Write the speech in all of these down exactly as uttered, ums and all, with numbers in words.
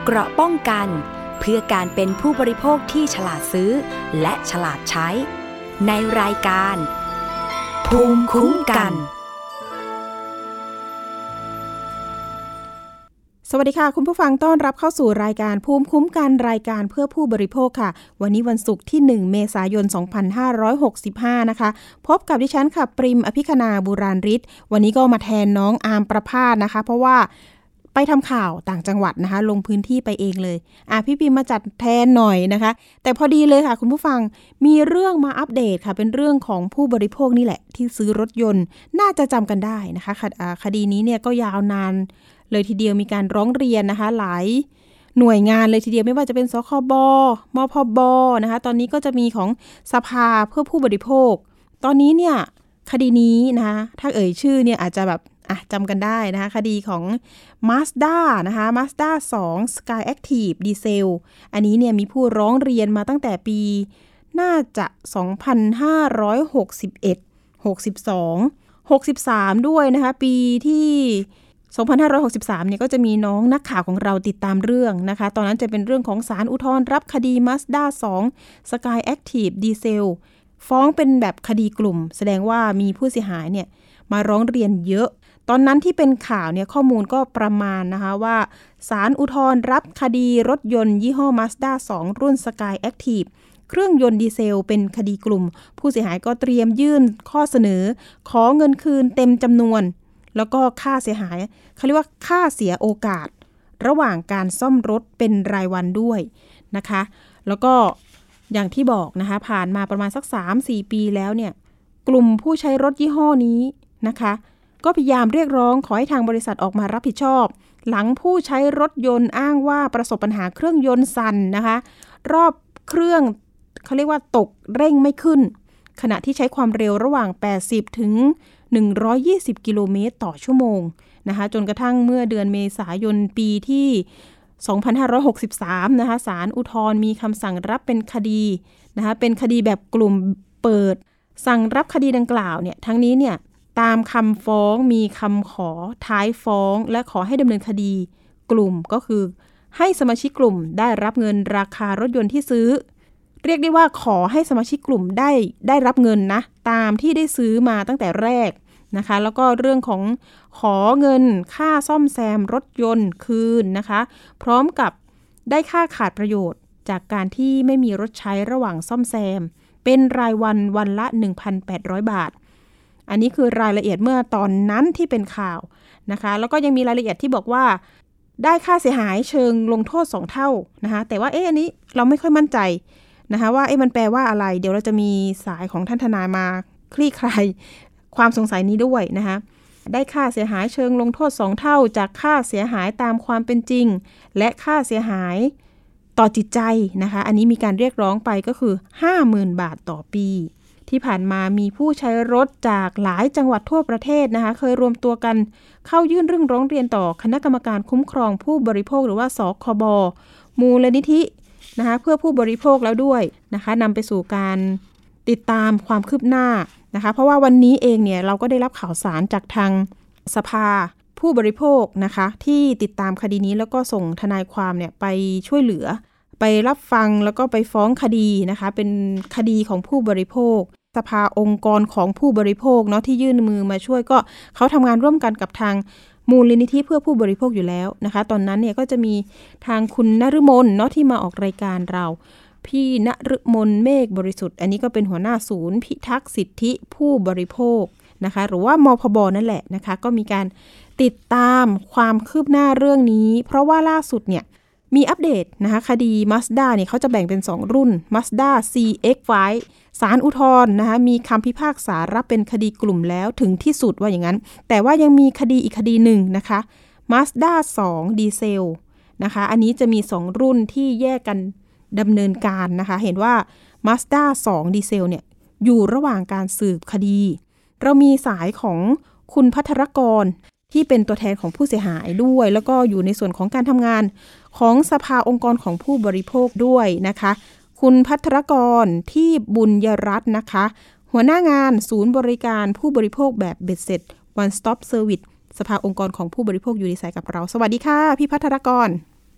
เกราะป้องกันเพื่อการเป็นผู้บริโภคที่ฉลาดซื้อและฉลาดใช้ในรายการภูมิคุ้มกันสวัสดีค่ะคุณผู้ฟังต้อนรับเข้าสู่รายการภูมิคุ้มกันรายการเพื่อผู้บริโภคค่ะวันนี้วันศุกร์ที่หนึ่งเมษายนสองพันห้าร้อยหกสิบห้านะคะพบกับดิฉันค่ะปริมอภิคณาบุราริศวันนี้ก็มาแทนน้องอาร์มประภาสนะคะเพราะว่าไปทำข่าวต่างจังหวัดนะคะลงพื้นที่ไปเองเลยอ่ะพี่ปริมมาจัดแทนหน่อยนะคะแต่พอดีเลยค่ะคุณผู้ฟังมีเรื่องมาอัปเดตค่ะเป็นเรื่องของผู้บริโภคนี่แหละที่ซื้อรถยนต์น่าจะจำกันได้นะคะคดีนี้เนี่ยก็ยาวนานเลยทีเดียวมีการร้องเรียนนะคะหลายหน่วยงานเลยทีเดียวไม่ว่าจะเป็นสคบมพบนะคะตอนนี้ก็จะมีของสภาเพื่อผู้บริโภคตอนนี้เนี่ยคดีนี้นะคะถ้าเอ่ยชื่อเนี่ยอาจจะแบบอ่ะจำกันได้นะคะคดีของ Mazda นะคะ Mazda สอง Sky Active Diesel อันนี้เนี่ยมีผู้ร้องเรียนมาตั้งแต่ปีน่าจะสองพันห้าร้อยหกสิบเอ็ด หกสิบสอง หกสิบสามด้วยนะคะปีที่สองพันห้าร้อยหกสิบสามเนี่ยก็จะมีน้องนักข่าวของเราติดตามเรื่องนะคะตอนนั้นจะเป็นเรื่องของศาลอุทธรณ์รับคดี Mazda สอง Sky Active Diesel ฟ้องเป็นแบบคดีกลุ่มแสดงว่ามีผู้เสียหายเนี่ยมาร้องเรียนเยอะตอนนั้นที่เป็นข่าวเนี่ยข้อมูลก็ประมาณนะคะว่าศาลอุทธรณ์รับคดีรถยนต์ยี่ห้อ Mazda สอง รุ่น Sky Active เครื่องยนต์ดีเซลเป็นคดีกลุ่มผู้เสียหายก็เตรียมยื่นข้อเสนอขอเงินคืนเต็มจำนวนแล้วก็ค่าเสียหายเขาเรียกว่าค่าเสียโอกาสระหว่างการซ่อมรถเป็นรายวันด้วยนะคะแล้วก็อย่างที่บอกนะคะผ่านมาประมาณสัก สามถึงสี่ ปีแล้วเนี่ยกลุ่มผู้ใช้รถยี่ห้อนี้นะคะก็พยายามเรียกร้องขอให้ทางบริษัทออกมารับผิดชอบหลังผู้ใช้รถยนต์อ้างว่าประสบปัญหาเครื่องยนต์สั่นนะคะรอบเครื่องเขาเรียกว่าตกเร่งไม่ขึ้นขณะที่ใช้ความเร็วระหว่างแปดสิบถึงหนึ่งร้อยยี่สิบกิโลเมตรต่อชั่วโมงนะคะจนกระทั่งเมื่อเดือนเมษายนปีที่สองพันห้าร้อยหกสิบสามนะคะศาลอุทธรณ์มีคำสั่งรับเป็นคดีนะคะเป็นคดีแบบกลุ่มเปิดสั่งรับคดีดังกล่าวเนี่ยทั้งนี้เนี่ยตามคำฟ้องมีคำขอท้ายฟ้องและขอให้ดำเนินคดีกลุ่มก็คือให้สมาชิกกลุ่มได้รับเงินราคารถยนต์ที่ซื้อเรียกได้ว่าขอให้สมาชิกกลุ่มได้ได้รับเงินนะตามที่ได้ซื้อมาตั้งแต่แรกนะคะแล้วก็เรื่องของขอเงินค่าซ่อมแซมรถยนต์คืนนะคะพร้อมกับได้ค่าขาดประโยชน์จากการที่ไม่มีรถใช้ระหว่างซ่อมแซมเป็นรายวันวันละ หนึ่งพันแปดร้อย บาทอันนี้คือรายละเอียดเมื่อตอนนั้นที่เป็นข่าวนะคะแล้วก็ยังมีรายละเอียดที่บอกว่าได้ค่าเสียหายเชิงลงโทษสองเท่านะคะแต่ว่าเอ๊ะอันนี้เราไม่ค่อยมั่นใจนะคะว่าเอ๊ะมันแปลว่าอะไรเดี๋ยวเราจะมีสายของท่านทนายมาคลี่คลายความสงสัยนี้ด้วยนะคะได้ค่าเสียหายเชิงลงโทษสองเท่าจากค่าเสียหายตามความเป็นจริงและค่าเสียหายต่อจิตใจนะคะอันนี้มีการเรียกร้องไปก็คือ ห้าหมื่น บาทต่อปีที่ผ่านมามีผู้ใช้รถจากหลายจังหวัดทั่วประเทศนะคะเคยรวมตัวกันเข้ายื่นเรื่องร้องเรียนต่อคณะกรรมการคุ้มครองผู้บริโภคหรือว่าสคบมูลนิธินะคะเพื่อผู้บริโภคแล้วด้วยนะคะนำไปสู่การติดตามความคืบหน้านะคะเพราะว่าวันนี้เองเนี่ยเราก็ได้รับข่าวสารจากทางสภาผู้บริโภคนะคะที่ติดตามคดีนี้แล้วก็ส่งทนายความเนี่ยไปช่วยเหลือไปรับฟังแล้วก็ไปฟ้องคดีนะคะเป็นคดีของผู้บริโภคสภาองค์กรของผู้บริโภคเนาะที่ยื่นมือมาช่วยก็เขาทำงานร่วมกันกับทางมูลนิธิเพื่อผู้บริโภคอยู่แล้วนะคะตอนนั้นเนี่ยก็จะมีทางคุณนฤมลเนาะที่มาออกรายการเราพี่ณฤมลเมฆบริสุทธิ์อันนี้ก็เป็นหัวหน้าศูนย์พิทักษ์สิทธิผู้บริโภคนะคะหรือว่ามพบนั่นแหละนะคะก็มีการติดตามความคืบหน้าเรื่องนี้เพราะว่าล่าสุดเนี่ยมีอัปเดตนะคะคดี Mazda เนี่ยเขาจะแบ่งเป็นสองรุ่น Mazda ซี เอ็กซ์ ไฟว์ ศาลอุทธรณ์นะคะมีคำพิพากษารับเป็นคดีกลุ่มแล้วถึงที่สุดว่าอย่างนั้นแต่ว่ายังมีคดีอีกคดีหนึ่งนะคะ Mazda สองดีเซลนะคะอันนี้จะมีสองรุ่นที่แยกกันดำเนินการนะคะเห็นว่า Mazda สองดีเซลเนี่ยอยู่ระหว่างการสืบคดีเรามีสายของคุณภัทรกรที่เป็นตัวแทนของผู้เสียหายด้วยแล้วก็อยู่ในส่วนของการทำงานของสภาองค์กรของผู้บริโภคด้วยนะคะคุณภัทรกรที่บุญยรัตน์นะคะหัวหน้างานศูนย์บริการผู้บริโภคแบบเบ็ดเสร็จ One Stop Service สภาองค์กรของผู้บริโภคอยู่ในสายกับเราสวัสดีค่ะพี่ภัทรกร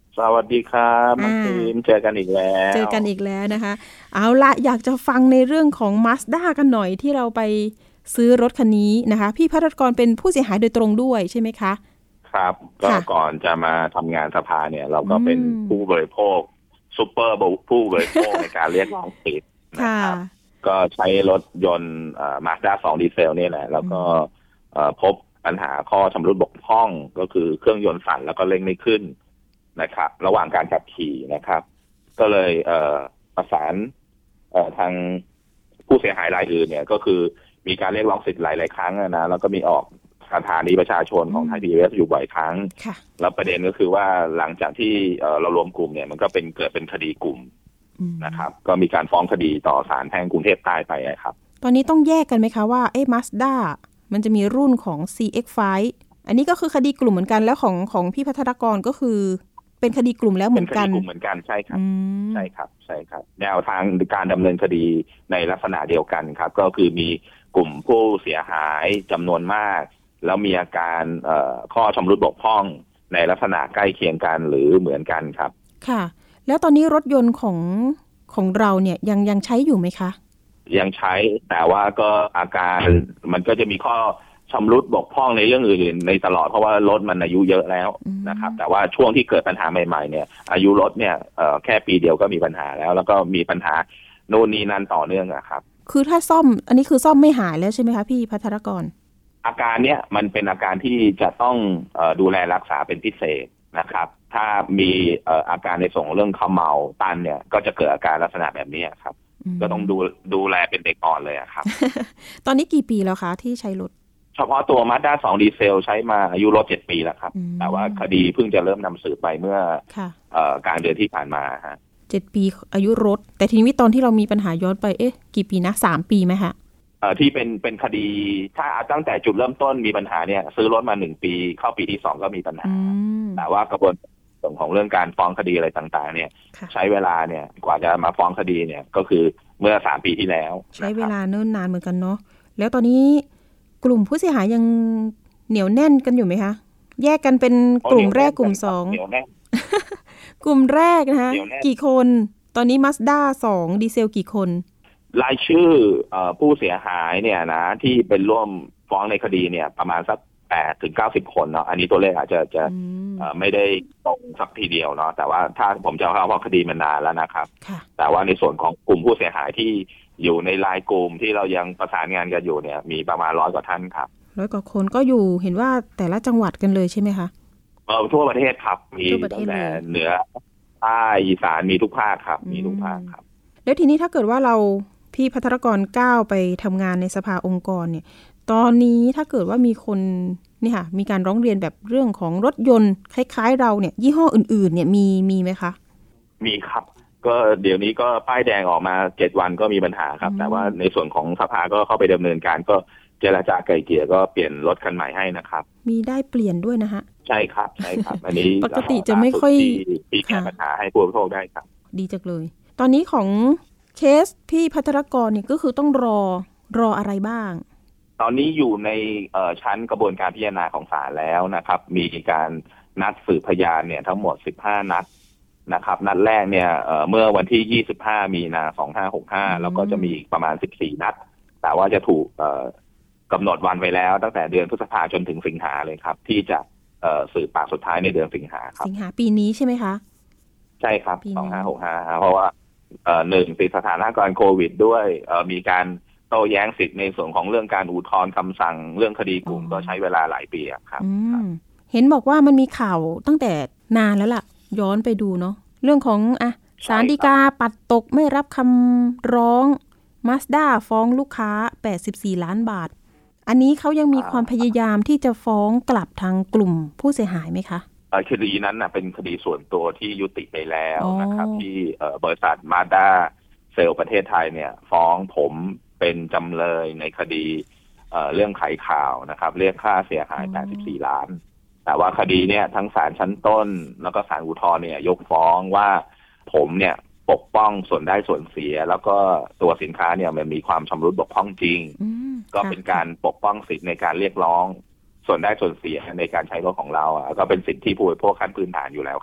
สวัสดีครับน้องพิมเจอกันอีกแล้วเจอกันอีกแล้วนะคะเอาละอยากจะฟังในเรื่องของ Mazda กันหน่อยที่เราไปซื้อรถคันนี้นะคะพี่ภัทรกรเป็นผู้เสียหายโดยตรงด้วยใช่ไหมคะครับก็ก่อนจะมาทำงานสภาเนี่ยเราก็เป็นผู้บริโภคซุปเปอร์ผู้บริโภคในการเรียกร้องสิทธิ์นะครับก็ใช้รถยนต์มาสด้าสองดีเซลนี่แหละแล้วก็พบปัญหาข้อชำรุดบกพร่องก็คือเครื่องยนต์สั่นแล้วก็เร่งไม่ขึ้นนะครับระหว่างการขับขี่นะครับก็เลยประสานทางผู้เสียหายรายอื่นเนี่ยก็คือมีการเรียกร้องสิทธิ์หลายๆครั้งนะแล้วก็มีออกสถานีประชาชนของไทยพีบีเอสอยู่บ่อยครั้งแล้วประเด็นก็คือว่าหลังจากที่เรารวมกลุ่มเนี่ยมันก็เป็นเกิดเป็นคดีกลุ่มนะครับก็มีการฟ้องคดีต่อศาลแพ่งกรุงเทพใต้ไปครับตอนนี้ต้องแยกกันไหมคะว่าเอ๊ะ Mazda มันจะมีรุ่นของ ซี เอ็กซ์ ไฟว์ อันนี้ก็คือคดีกลุ่มเหมือนกันแล้วของของพี่ภัทรกรก็คือเป็นคดีกลุ่มแล้วเหมือนกันเป็นคดีกลุ่มเหมือนกันใช่ครับใช่ครับใช่ครับแนวทางการดำเนินคดีในลักษณะเดียวกันครับก็คือมีกลุ่มผู้เสียหายจำนวนมากแล้วมีอาการข้อชำรุดบกพร่องในลักษณะใกล้เคียงกันหรือเหมือนกันครับค่ะแล้วตอนนี้รถยนต์ของของเราเนี่ยยังยังใช้อยู่ไหมคะยังใช้แต่ว่าก็อาการมันก็จะมีข้อชำรุดบกพร่องในเรื่องอื่นในตลอดเพราะว่ารถมันอายุเยอะแล้วนะครับแต่ว่าช่วงที่เกิดปัญหาใหม่ๆเนี่ยอายุรถเนี่ยแค่ปีเดียวก็มีปัญหาแล้วแล้วก็มีปัญหาโน่นนี่นั่นต่อเนื่องอะครับคือถ้าซ่อมอันนี้คือซ่อมไม่หายแล้วใช่ไหมคะพี่ภัทรกรอาการเนี้ยมันเป็นอาการที่จะต้องเอ่อดูแลรักษาเป็นพิเศษนะครับถ้ามีเอ่ออาการในส่วนของเรื่องเขม่าตันเนี่ยก็จะเกิดอาการลักษณะแบบนี้ครับก็ต้องดูดูแลเป็นเด็กอ่อนเลยครับตอนนี้กี่ปีแล้วคะที่ใช้รถเฉพาะตัว Mazda สองดีเซลใช้มาอายุรถเจ็ดปีแล้วครับแต่ว่าคดีเพิ่งจะเริ่มนำสืบไปเมื่อเอ่อกลางเดือนที่ผ่านมาฮะเจ็ดปีอายุรถแต่ทีนี้ตอนที่เรามีปัญหาย้อนไปเอ๊ะกี่ปีนะสามปีไหมคะเอ่อที่เป็นเป็นคดีถ้าตั้งแต่จุดเริ่มต้นมีปัญหาเนี่ยซื้อรถมาหนึ่งปีเข้าปีที่สองก็มีปัญหาแต่ว่ากระบวนการของเรื่องการฟ้องคดีอะไรต่างๆเนี่ยใช้เวลาเนี่ยกว่าจะมาฟ้องคดีเนี่ยก็คือเมื่อสามปีที่แล้วใช้เวลาเนิ่นนานเหมือนกันเนาะแล้วตอนนี้กลุ่มผู้เสียหายยังเหนียวแน่นกันอยู่ไหมคะแยกกันเป็นกลุ่มแรกกลุ่มสองกลุ่มแรกนะคะกี่คนตอนนี้ Mazda สองดีเซลกี่คนรายชื่อผู้เสียหายเนี่ยนะที่เป็นร่วมฟ้องในคดีเนี่ยประมาณสักแปดถึงเก้าสิบคนเนาะอันนี้ตัวเลขอาจจะจะไม่ได้ตรงสักทีเดียวเนาะแต่ว่าถ้าผมจะเข้าเพราะคดีมันนานแล้วนะครับแต่ว่าในส่วนของกลุ่มผู้เสียหายที่อยู่ในรายกลุ่มที่เรายังประสานงานกันอยู่เนี่ยมีประมาณร้อยกว่าท่านครับร้อยกว่าคนก็อยู่เห็นว่าแต่ละจังหวัดกันเลยใช่ไหมคะเออทั่วประเทศครับมีตั้งแต่เหนือใต้อีสานมีทุกภาคครับมีทุกภาคครับแล้วทีนี้ถ้าเกิดว่าเราพี่ภัทรกรก้าวไปทำงานในสภาองค์กรเนี่ยตอนนี้ถ้าเกิดว่ามีคนนี่ค่ะมีการร้องเรียนแบบเรื่องของรถยนต์คล้ายๆเราเนี่ยยี่ห้ออื่นๆเนี่ยมีมีไหมคะมีครับก็เดี๋ยวนี้ก็ป้ายแดงออกมาเจ็ดวันก็มีปัญหาครับแต่ว่าในส่วนของสภาก็เข้าไปดำเนินการก็เจรจาไกล่เกลี่ยก็เปลี่ยนรถคันใหม่ให้นะครับมีได้เปลี่ยนด้วยนะฮะใช่ครับใช่ครับอันนี้ปกติจะไม่ค่อยมีแก้ปัญหาให้ผู้บริโภคได้ครับดีจังเลยตอนนี้ของเคสพี่ภัทรกรเนี่ยก็คือต้องรอรออะไรบ้างตอนนี้อยู่ในชั้นกระบวนการพิจารณาของศาลแล้วนะครับมีการนัดสืบพยานเนี่ยทั้งหมดสิบห้านัดนะครับนัดแรกเนี่ยเมื่อวันที่ยี่สิบห้ามีนาสองพันห้าร้อยหกสิบห้าแล้วก็จะมีอีกประมาณสิบสี่นัดแต่ว่าจะถูกกำหนดวันไว้แล้วตั้งแต่เดือนพฤษภาคมจนถึงสิงหาเลยครับที่จะสืบปากสุดท้ายในเดือนสิงหาครับสิงหาปีนี้ใช่ไหมคะใช่ครับสองพันห้าร้อยหกสิบห้าเพราะว่าหนึ่งติดสถานการณ์โควิดด้วยมีการโต้แย้งสิทธิ์ในส่วนของเรื่องการอุทธรณ์คำสั่งเรื่องคดีกลุ่มก็ใช้เวลาหลายปีครับเห็นบอกว่ามันมีข่าวตั้งแต่นานแล้วล่ะย้อนไปดูเนาะเรื่องของอ่ะศาลฎีกาปัดตกไม่รับคำร้อง Mazda ฟ้องลูกค้าแปดสิบสี่ล้านบาทอันนี้เขายังมีความพยายามที่จะฟ้องกลับทางกลุ่มผู้เสียหายไหมคะคดีนั้นนะเป็นคดีส่วนตัวที่ยุติไปแล้วนะครับที่บริษัท Mazda เซลล์ประเทศไทยเนี่ยฟ้องผมเป็นจำเลยในคดี เอ่อ เรื่องไขข่าวนะครับเรียกค่าเสียหายแปดสิบสี่ล้านแต่ว่าคดีเนี่ยทั้งศาลชั้นต้นแล้วก็ศาลอุทธรณ์เนี่ยยกฟ้องว่าผมเนี่ยปกป้องส่วนได้ส่วนเสียแล้วก็ตัวสินค้าเนี่ยมันมีความชำรุดบกพร่องจริงก็เป็นการปกป้องสิทธิในการเรียกร้องส่วนได้ส่วนเสียในการใช้รถของเราอ่ะก็เป็นสิทธิผู้บริโภคขั้นพื้นฐานอยู่แล้วครับ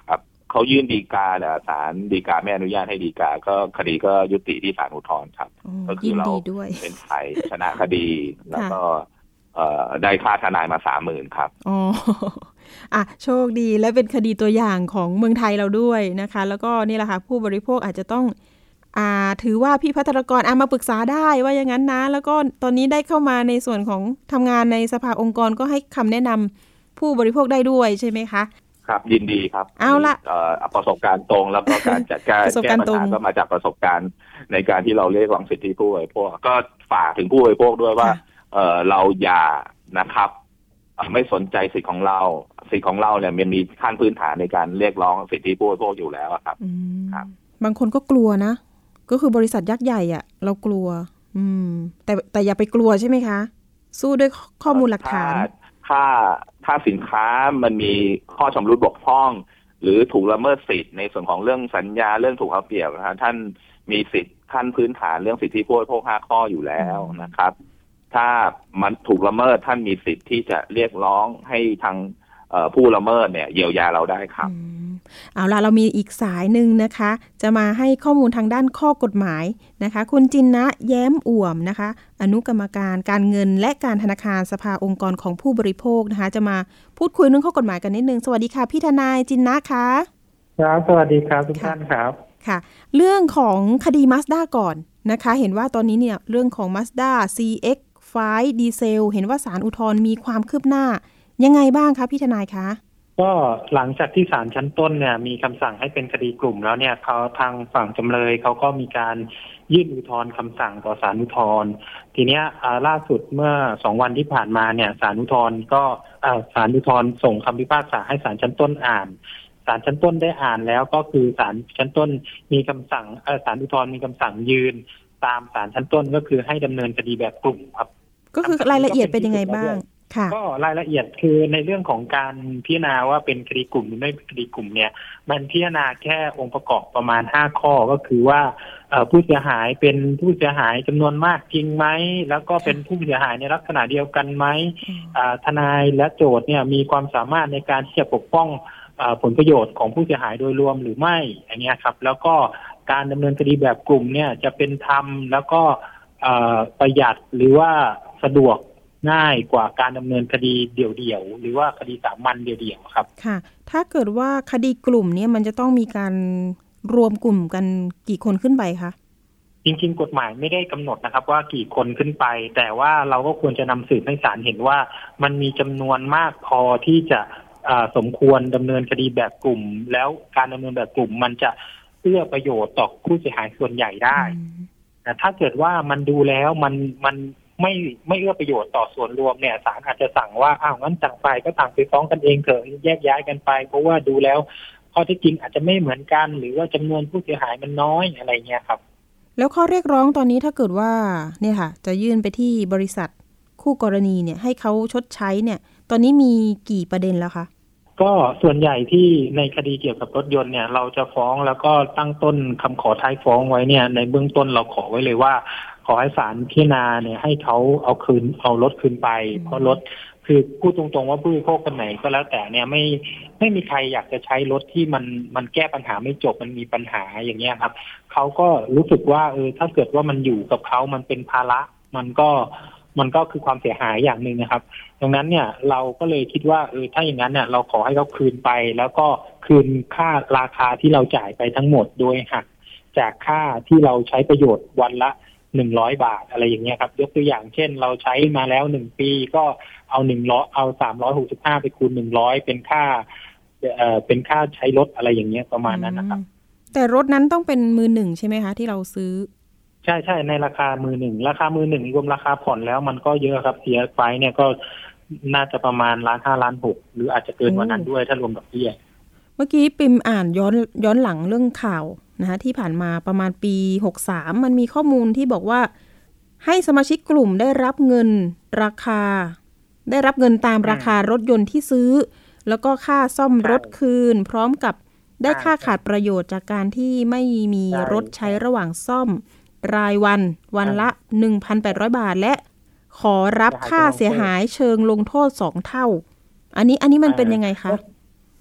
เขายื่นฎีกาแต่ศาลฎีกาไม่อนุญาตให้ฎีกาก็คดีก็ยุติที่ศาลอุทธรณ์ครับก็คือเราเป็นฝ่ายชนะคดีแล้วก็ได้ค่าทนายมาสามหมื่นครับอ๋ออ่ะโชคดีและเป็นคดีตัวอย่างของเมืองไทยเราด้วยนะคะแล้วก็นี่แหละค่ะผู้บริโภคอาจจะต้องอ่าถือว่าพี่ภัทรกรอ่ะมาปรึกษาได้ว่าอย่างนั้นนะแล้วก็ตอนนี้ได้เข้ามาในส่วนของทำงานในสภาองค์กรก็ให้คำแนะนำผู้บริโภคได้ด้วยใช่ไหมคะครับยินดีครับเอาละประสบการณ์ตรงแล้วก็การจัดการแก้ปัญหาก็มาจากประสบการณ์ในการที่เราเรียกร้องสิทธิผู้บริโภคก็ฝากถึงผู้บริโภคด้วยว่าเออเราอย่านะครับไม่สนใจสิทธิของเราสิทธิของเราเนี่ยมันมีขั้นพื้นฐานในการเรียกร้องสิทธิผู้บริโภคอยู่แล้วครับครับบางคนก็กลัวนะก็คือบริษัทยักษ์ใหญ่อ่ะเรากลัวอืมแต่แต่อย่าไปกลัวใช่ไหมคะสู้ด้วยข้อมูลหลักฐานถ้าถ้าสินค้ามันมีข้อชำรุดบกพร่องหรือถูกละเมิดสิทธิ์ในส่วนของเรื่องสัญญาเรื่องถูกเอาเปรียบนะท่านมีสิทธิ์ขั้นพื้นฐานเรื่องสิทธิผู้บริโภคห้าข้ออยู่แล้วนะครับถ้ามันถูกละเมิดท่านมีสิทธิ์ที่จะเรียกร้องให้ทางผู้ละเมิดเนี่ยเยียวยาเราได้ครับเอาล่ะเรามีอีกสายหนึ่งนะคะจะมาให้ข้อมูลทางด้านข้อกฎหมายนะคะคุณจินนะแย้มอ่วมนะคะอนุกรรมการการเงินและการธนาคารสภาองค์กรของผู้บริโภคนะคะจะมาพูดคุยเรื่องข้อกฎหมายกันนิดนึงสวัสดีค่ะพี่ทนายจินนะคะครับสวัสดีครับทุกท่านครับค่ะเรื่องของคดี Mazda ก่อนนะคะเห็นว่าตอนนี้เนี่ยเรื่องของ Mazda ซี เอ็กซ์ ไฟว์ ดีเซลเห็นว่าศาลอุทธรณ์มีความคืบหน้ายังไงบ้างคะพี่ทนายคะก็หลังจากที่ศาลชั้นต้นเนี่ยมีคำสั่งให้เป็นคดีกลุ่มแล้วเนี่ยเขาทางฝั่งจำเลยเขาก็มีการยื่นอุทธรณ์คำสั่งต่อศาลอุทธรณ์ทีเนี้ยล่าสุดเมื่อสองวันที่ผ่านมาเนี่ยศาลอุทธรณ์ก็ศาลอุทธรณ์ส่งคำพิพากษาให้ศาลชั้นต้นอ่านศาลชั้นต้นได้อ่านแล้วก็คือศาลชั้นต้นมีคำสั่งศาลอุทธรณ์มีคำสั่งยืนตามศาลชั้นต้นก็คือให้ดำเนินคดีแบบกลุ่มครับก็คือรายละเอียดเป็นยังไงบ้างก็รายละเอียดคือในเรื่องของการพิจารณาว่าเป็นคดีกลุ่มหรือไม่เป็นคดีกลุ่มเนี่ยมันพิจารณาแค่องค์ประกอบประมาณห้าข้อก็คือว่าผู้เสียหายเป็นผู้เสียหายจำนวนมากจริงไหมแล้วก็เป็นผู้เสียหายในลักษณะเดียวกันไหมทนายและโจทย์เนี่ยมีความสามารถในการที่จะปกป้องผลประโยชน์ของผู้เสียหายโดยรวมหรือไม่อย่างเงี้ยครับแล้วก็การดำเนินคดีแบบกลุ่มเนี่ยจะเป็นธรรมแล้วก็ประหยัดหรือว่าสะดวกง่ายกว่าการดำเนินคดีเดี่ยวๆหรือว่าคดีสามัญเดี่ยวๆครับค่ะถ้าเกิดว่าคดีกลุ่มเนี่ยมันจะต้องมีการรวมกลุ่มกันกี่คนขึ้นไปคะจริงๆกฎหมายไม่ได้กำหนดนะครับว่ากี่คนขึ้นไปแต่ว่าเราก็ควรจะนำสืบให้ศาลเห็นว่ามันมีจำนวนมากพอที่จะสมควรดำเนินคดีแบบกลุ่มแล้วการดำเนินแบบกลุ่มมันจะเอื้อประโยชน์ต่อผู้เสียหายส่วนใหญ่ได้แต่ถ้าเกิดว่ามันดูแล้วมันมันไม่ไม่เอื้อประโยชน์ต่อส่วนรวมเนี่ยศาลอาจจะสั่งว่าอ้าวงั้นต่างฝ่ายก็ต่างไปฟ้องกันเองเถอะแยกย้ายกันไปเพราะว่าดูแล้วข้อเท็จจริงอาจจะไม่เหมือนกันหรือว่าจำนวนผู้เสียหายมันน้อยอะไรเงี้ยครับแล้วข้อเรียกร้องตอนนี้ถ้าเกิดว่าเนี่ยค่ะจะยื่นไปที่บริษัทคู่กรณีเนี่ยให้เขาชดใช้เนี่ยตอนนี้มีกี่ประเด็นแล้วคะก็ส่วนใหญ่ที่ในคดีเกี่ยวกับรถยนต์เนี่ยเราจะฟ้องแล้วก็ตั้งต้นคำขอท้ายฟ้องไว้เนี่ยในเบื้องต้นเราขอไว้เลยว่าขอให้ศาลพิจารณาเนี่ยให้เขาเอาคืนเอารถคืนไปเพราะรถคือพูดตรงๆว่าผู้บริโภคคนไหนก็แล้วแต่เนี่ยไม่ไม่มีใครอยากจะใช้รถที่มันมันแก้ปัญหาไม่จบมันมีปัญหาอย่างเงี้ยครับเขาก็รู้สึกว่าเออถ้าเกิดว่ามันอยู่กับเขามันเป็นภาระมันก็มันก็คือความเสียหายอย่างหนึ่งนะครับดังนั้นเนี่ยเราก็เลยคิดว่าเออถ้าอย่างนั้นเนี่ยเราขอให้เขาคืนไปแล้วก็คืนค่าราคาที่เราจ่ายไปทั้งหมดโดยหักจากค่าที่เราใช้ประโยชน์วันละหนึ่งร้อยบาทอะไรอย่างเงี้ยครับยกตัวอย่างเช่นเราใช้มาแล้วหนึ่งปีก็เอาหนึ่งร้อยเอาสามร้อยหกสิบห้าไปคูณหนึ่งร้อยเป็นค่าเอ่อเป็นค่าใช้รถอะไรอย่างเงี้ยประมาณนั้นนะครับแต่รถนั้นต้องเป็นมือหนึ่งใช่ไหมคะที่เราซื้อใช่ใช่ในราคามือหนึ่งราคามือหนึ่งรวมราคาผ่อนแล้วมันก็เยอะครับเสียไฟเนี่ยก็น่าจะประมาณล้านห้าล้านหกหรืออาจจะเกินกว่านั้นด้วยถ้ารวมดอกเบี้ยเมื่อกี้ปิมอ่านย้อนย้อนหลังเรื่องข่าวนะคะที่ผ่านมาประมาณปีหกสามมันมีข้อมูลที่บอกว่าให้สมาชิกกลุ่มได้รับเงินราคาได้รับเงินตามราคารถยนต์ที่ซื้อแล้วก็ค่าซ่อมรถคืนพร้อมกับได้ค่าขาดประโยชน์จากการที่ไม่มีรถใช้ระหว่างซ่อมรายวันวันละ หนึ่งพันแปดร้อย บาทและขอรับค่าเสียหายเชิงลงโทษสองเท่าอันนี้อันนี้มันเป็นยังไงคะก็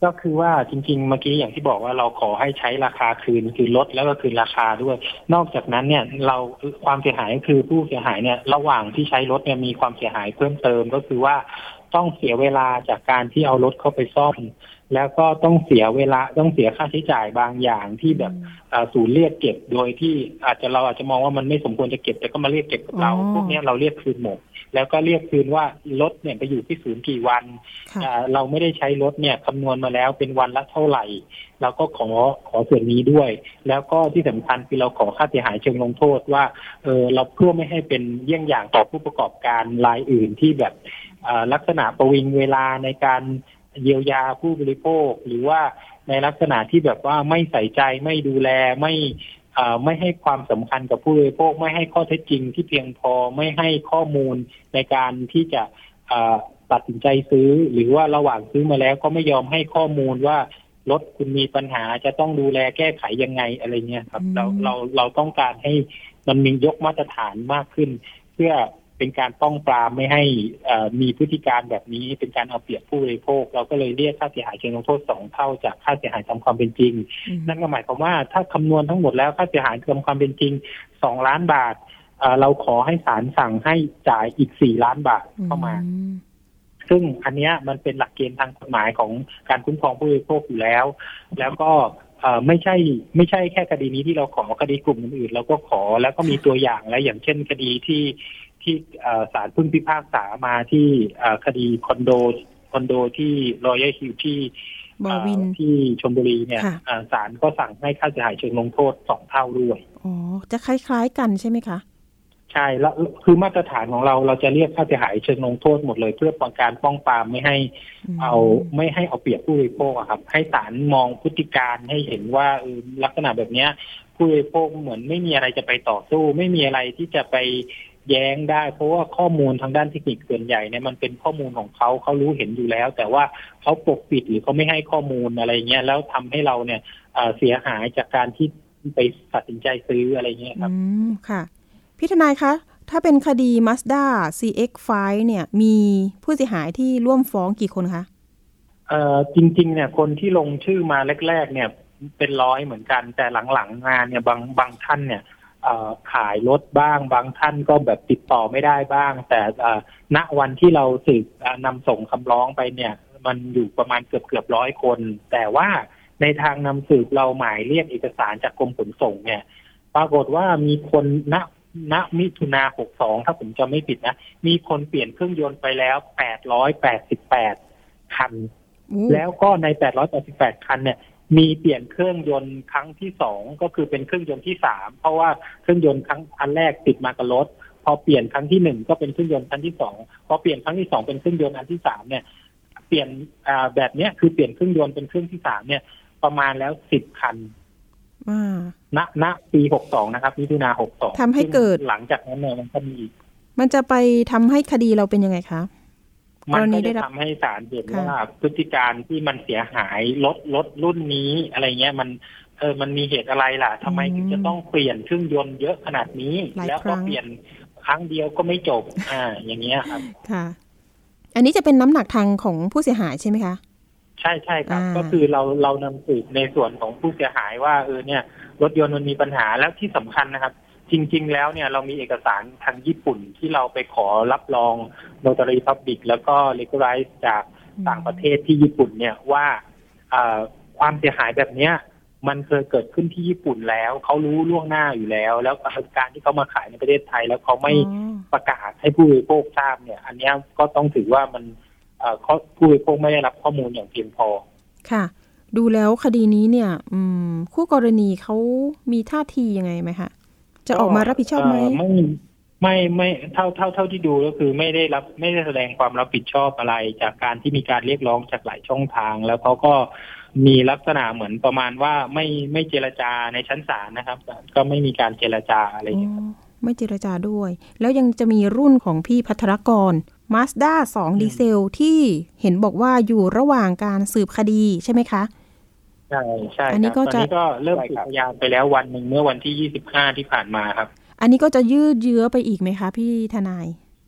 ก็คือว่าจริงๆเมื่อกี้อย่างที่บอกว่าเราขอให้ใช้ราคาคืนคือลดแล้วก็คืนราคาด้วยนอกจากนั้นเนี่ยเราความเสียหายคือผู้เสียหายเนี่ยระหว่างที่ใช้รถเนี่ยมีความเสียหายเพิ่มเติมก็คือว่าต้องเสียเวลาจากการที่เอารถเข้าไปซ่อมแล้วก็ต้องเสียเวลาต้องเสียค่าใช้จ่ายบางอย่างที่แบบศูนย์เรียกเก็บโดยที่อาจจะเราอาจจะมองว่ามันไม่สมควรจะเก็บแต่ก็มาเรียกเก็บกับเราพวกนี้เราเรียกคืนหมดแล้วก็เรียกคืนว่ารถเนี่ยไปอยู่ที่ศูนย์กี่วันเราไม่ได้ใช้รถเนี่ยคำนวณมาแล้วเป็นวันละเท่าไหร่เราก็ขอขอส่วนนี้ด้วยแล้วก็ที่สำคัญคือเราขอค่าเสียหายเชิงลงโทษว่าเออเราเพื่อไม่ให้เป็นเยี่ยงอย่างต่อผู้ประกอบการรายอื่นที่แบบลักษณะประวิงเวลาในการเยียวยาผู้บริโภคหรือว่าในลักษณะที่แบบว่าไม่ใส่ใจไม่ดูแลไม่ไม่ให้ความสำคัญกับผู้บริโภคไม่ให้ข้อเท็จจริงที่เพียงพอไม่ให้ข้อมูลในการที่จะตัดสินใจซื้อหรือว่าระหว่างซื้อมาแล้วก็ไม่ยอมให้ข้อมูลว่ารถคุณมีปัญหาจะต้องดูแลแก้ไขยังไงอะไรเงี้ยครับเราเราเราต้องการให้มันมียกมาตรฐานมากขึ้นเพื่อเป็นการป้องปรามไม่ให้มีพฤติการแบบนี้เป็นการเอาเปรียบผู้บริโภคเราก็เลยเรียกค่าเสียหายเชิงลงโทษสองเท่าจากค่าเสียหายตามความเป็นจริงนั่นก็หมายความว่าถ้าคำนวณทั้งหมดแล้วค่าเสียหายตามความเป็นจริงสองล้านบาทเราขอให้ศาลสั่งให้จ่ายอีกสี่ล้านบาทเข้ามาซึ่งอันเนี้ยมันเป็นหลักเกณฑ์ทางกฎหมายของการคุ้มครองผู้บริโภคอยู่แล้วแล้วก็ไม่ใช่ไม่ใช่แค่คดีนี้ที่เราขอคดีกลุ่มอื่นๆเราก็ขอแล้วก็มีตัวอย่างและอย่างเช่นคดีที่ที่ศาลเพิ่งพิพากษามาที่คดีคอนโดคอนโดที่รอยัลฮิลที่บอวินที่ชลบุรีเนี่ยศาลก็สั่งให้ค่าเสียหายเชิงลงโทษสองเท่าด้วยอ๋อจะคล้ายๆกันใช่ไหมคะใช่แล้วคือมาตรฐานของเราเราจะเรียกค่าเสียหายเชิงลงโทษหมดเลยเพื่อป้องกันป้องปรามไม่ให้เอาไม่ให้เอาเปรียบผู้บริโภคครับให้ศาลมองพฤติการให้เห็นว่าลักษณะแบบนี้ผู้บริโภคเหมือนไม่มีอะไรจะไปต่อสู้ไม่มีอะไรที่จะไปแย้งได้เพราะว่าข้อมูลทางด้านเทคนิคส่วนใหญ่เนี่ยมันเป็นข้อมูลของเขาเขารู้เห็นอยู่แล้วแต่ว่าเขาปกปิดหรือเขาไม่ให้ข้อมูลอะไรเงี้ยแล้วทำให้เราเนี่ยเสียหายจากการที่ไปตัดสินใจซื้ออะไรเงี้ยครับอืมค่ะพี่ทนายคะถ้าเป็นคดี Mazda ซี เอ็กซ์ ไฟว์ เนี่ยมีผู้เสียหายที่ร่วมฟ้องกี่คนคะเอ่อจริงๆเนี่ยคนที่ลงชื่อมาแรกๆเนี่ยเป็นร้อยเหมือนกันแต่หลังๆงานเนี่ยบางบางท่านเนี่ยขายรถบ้างบางท่านก็แบบติดต่อไม่ได้บ้างแต่ณวันที่เราสืบนำส่งคำร้องไปเนี่ยมันอยู่ประมาณเกือบเกือบร้อยคนแต่ว่าในทางนำสืบเราหมายเรียกเอกสารจากกรมขนส่งเนี่ยปรากฏว่ามีคนณณมิถุนาหกสองถ้าผมจำไม่ผิดนะมีคนเปลี่ยนเครื่องยนต์ไปแล้วแปดร้อยแปดสิบแปดคันแล้วก็ในแปดร้อยแปดสิบแปดคันเนี่ยมีเปลี่ยนเครื่องยนต์ครั้งที่สองก็คือเป็นเครื่องยนต์ที่สามเพราะว่าเครื่องยนต์ครั้งอันแรกติดมากับรถพอเปลี่ยนครั้งที่หนึ่งก็เป็นเครื่องยนต์ครั้งที่สองพอเปลี่ยนครั้งที่สองเป็นเครื่องยนต์อันที่สามเนี่ยเปลี่ยนอ่าแบบเนี้ยคือเปลี่ยนเครื่องยนต์เป็นเครื่องที่สามเนี่ยประมาณแล้วสิบคันณณปีหกสองนะครับมิถุนาหกสองทำให้เกิดหลังจากนั้นเนี่ยมันก็มีอีกมันจะไปทำให้คดีเราเป็นยังไงคะมันก็จะทำให้ศาลเห็นว่าพฤติการที่มันเสียหายรถรถรุ่นนี้อะไรเงี้ยมันเออมันมีเหตุอะไรล่ะทำไมถึงจะต้องเปลี่ยนเครื่องยนต์เยอะขนาดนี้แล้วก็เปลี่ยนครั้งเดียวก็ไม่จบอ่าอย่างเงี้ยครับค่ะอันนี้จะเป็นน้ำหนักทางของผู้เสียหายใช่ไหมคะใช่ใช่ครับก็คือเราเรานำสืบในส่วนของผู้เสียหายว่าเออเนี่ยรถยนต์มันมีปัญหาแล้วที่สำคัญนะครับจริงๆแล้วเนี่ยเรามีเอกสารทางญี่ปุ่นที่เราไปขอรับรอง Notary Public แล้วก็ Legalize จากต่างประเทศที่ญี่ปุ่นเนี่ยว่าความเสียหายแบบเนี้ยมันเคยเกิดขึ้นที่ญี่ปุ่นแล้วเขารู้ล่วงหน้าอยู่แล้วแล้วการที่เขามาขายในประเทศไทยแล้วเขาไม่ประกาศให้ผู้บริโภคทราบเนี่ยอันนี้ก็ต้องถือว่ามันผู้บริโภคไม่ได้รับข้อมูลอย่างเพียงพอค่ะดูแล้วคดีนี้เนี่ยคู่กรณีเขามีท่าทียังไงไหมคะจะออกมารับผิดชอบไหมไม่ไม่ไม่เท่าเท่าเท่าที่ดูก็คือไม่ได้รับไม่ได้แสดงความรับผิดชอบอะไรจากการที่มีการเรียกร้องจากหลายช่องทางแล้วเขาก็มีลักษณะเหมือนประมาณว่าไม่ไม่เจรจาในชั้นศาลนะครับก็ไม่มีการเจรจาอะไรอย่างเงี้ยไม่เจรจาด้วยแล้วยังจะมีรุ่นของพี่ภัทรกร Mazda สองดีเซลที่เห็นบอกว่าอยู่ระหว่างการสืบคดีใช่ไหมคะใช่ใช่อันนี้ก็จะก็เริ่มสืบพยานไปแล้ววันหนึ่งเมื่อวันที่ยี่สิบห้าที่ผ่านมาครับอันนี้ก็จะยืดเยื้อไปอีกไหมคะพี่ทนาย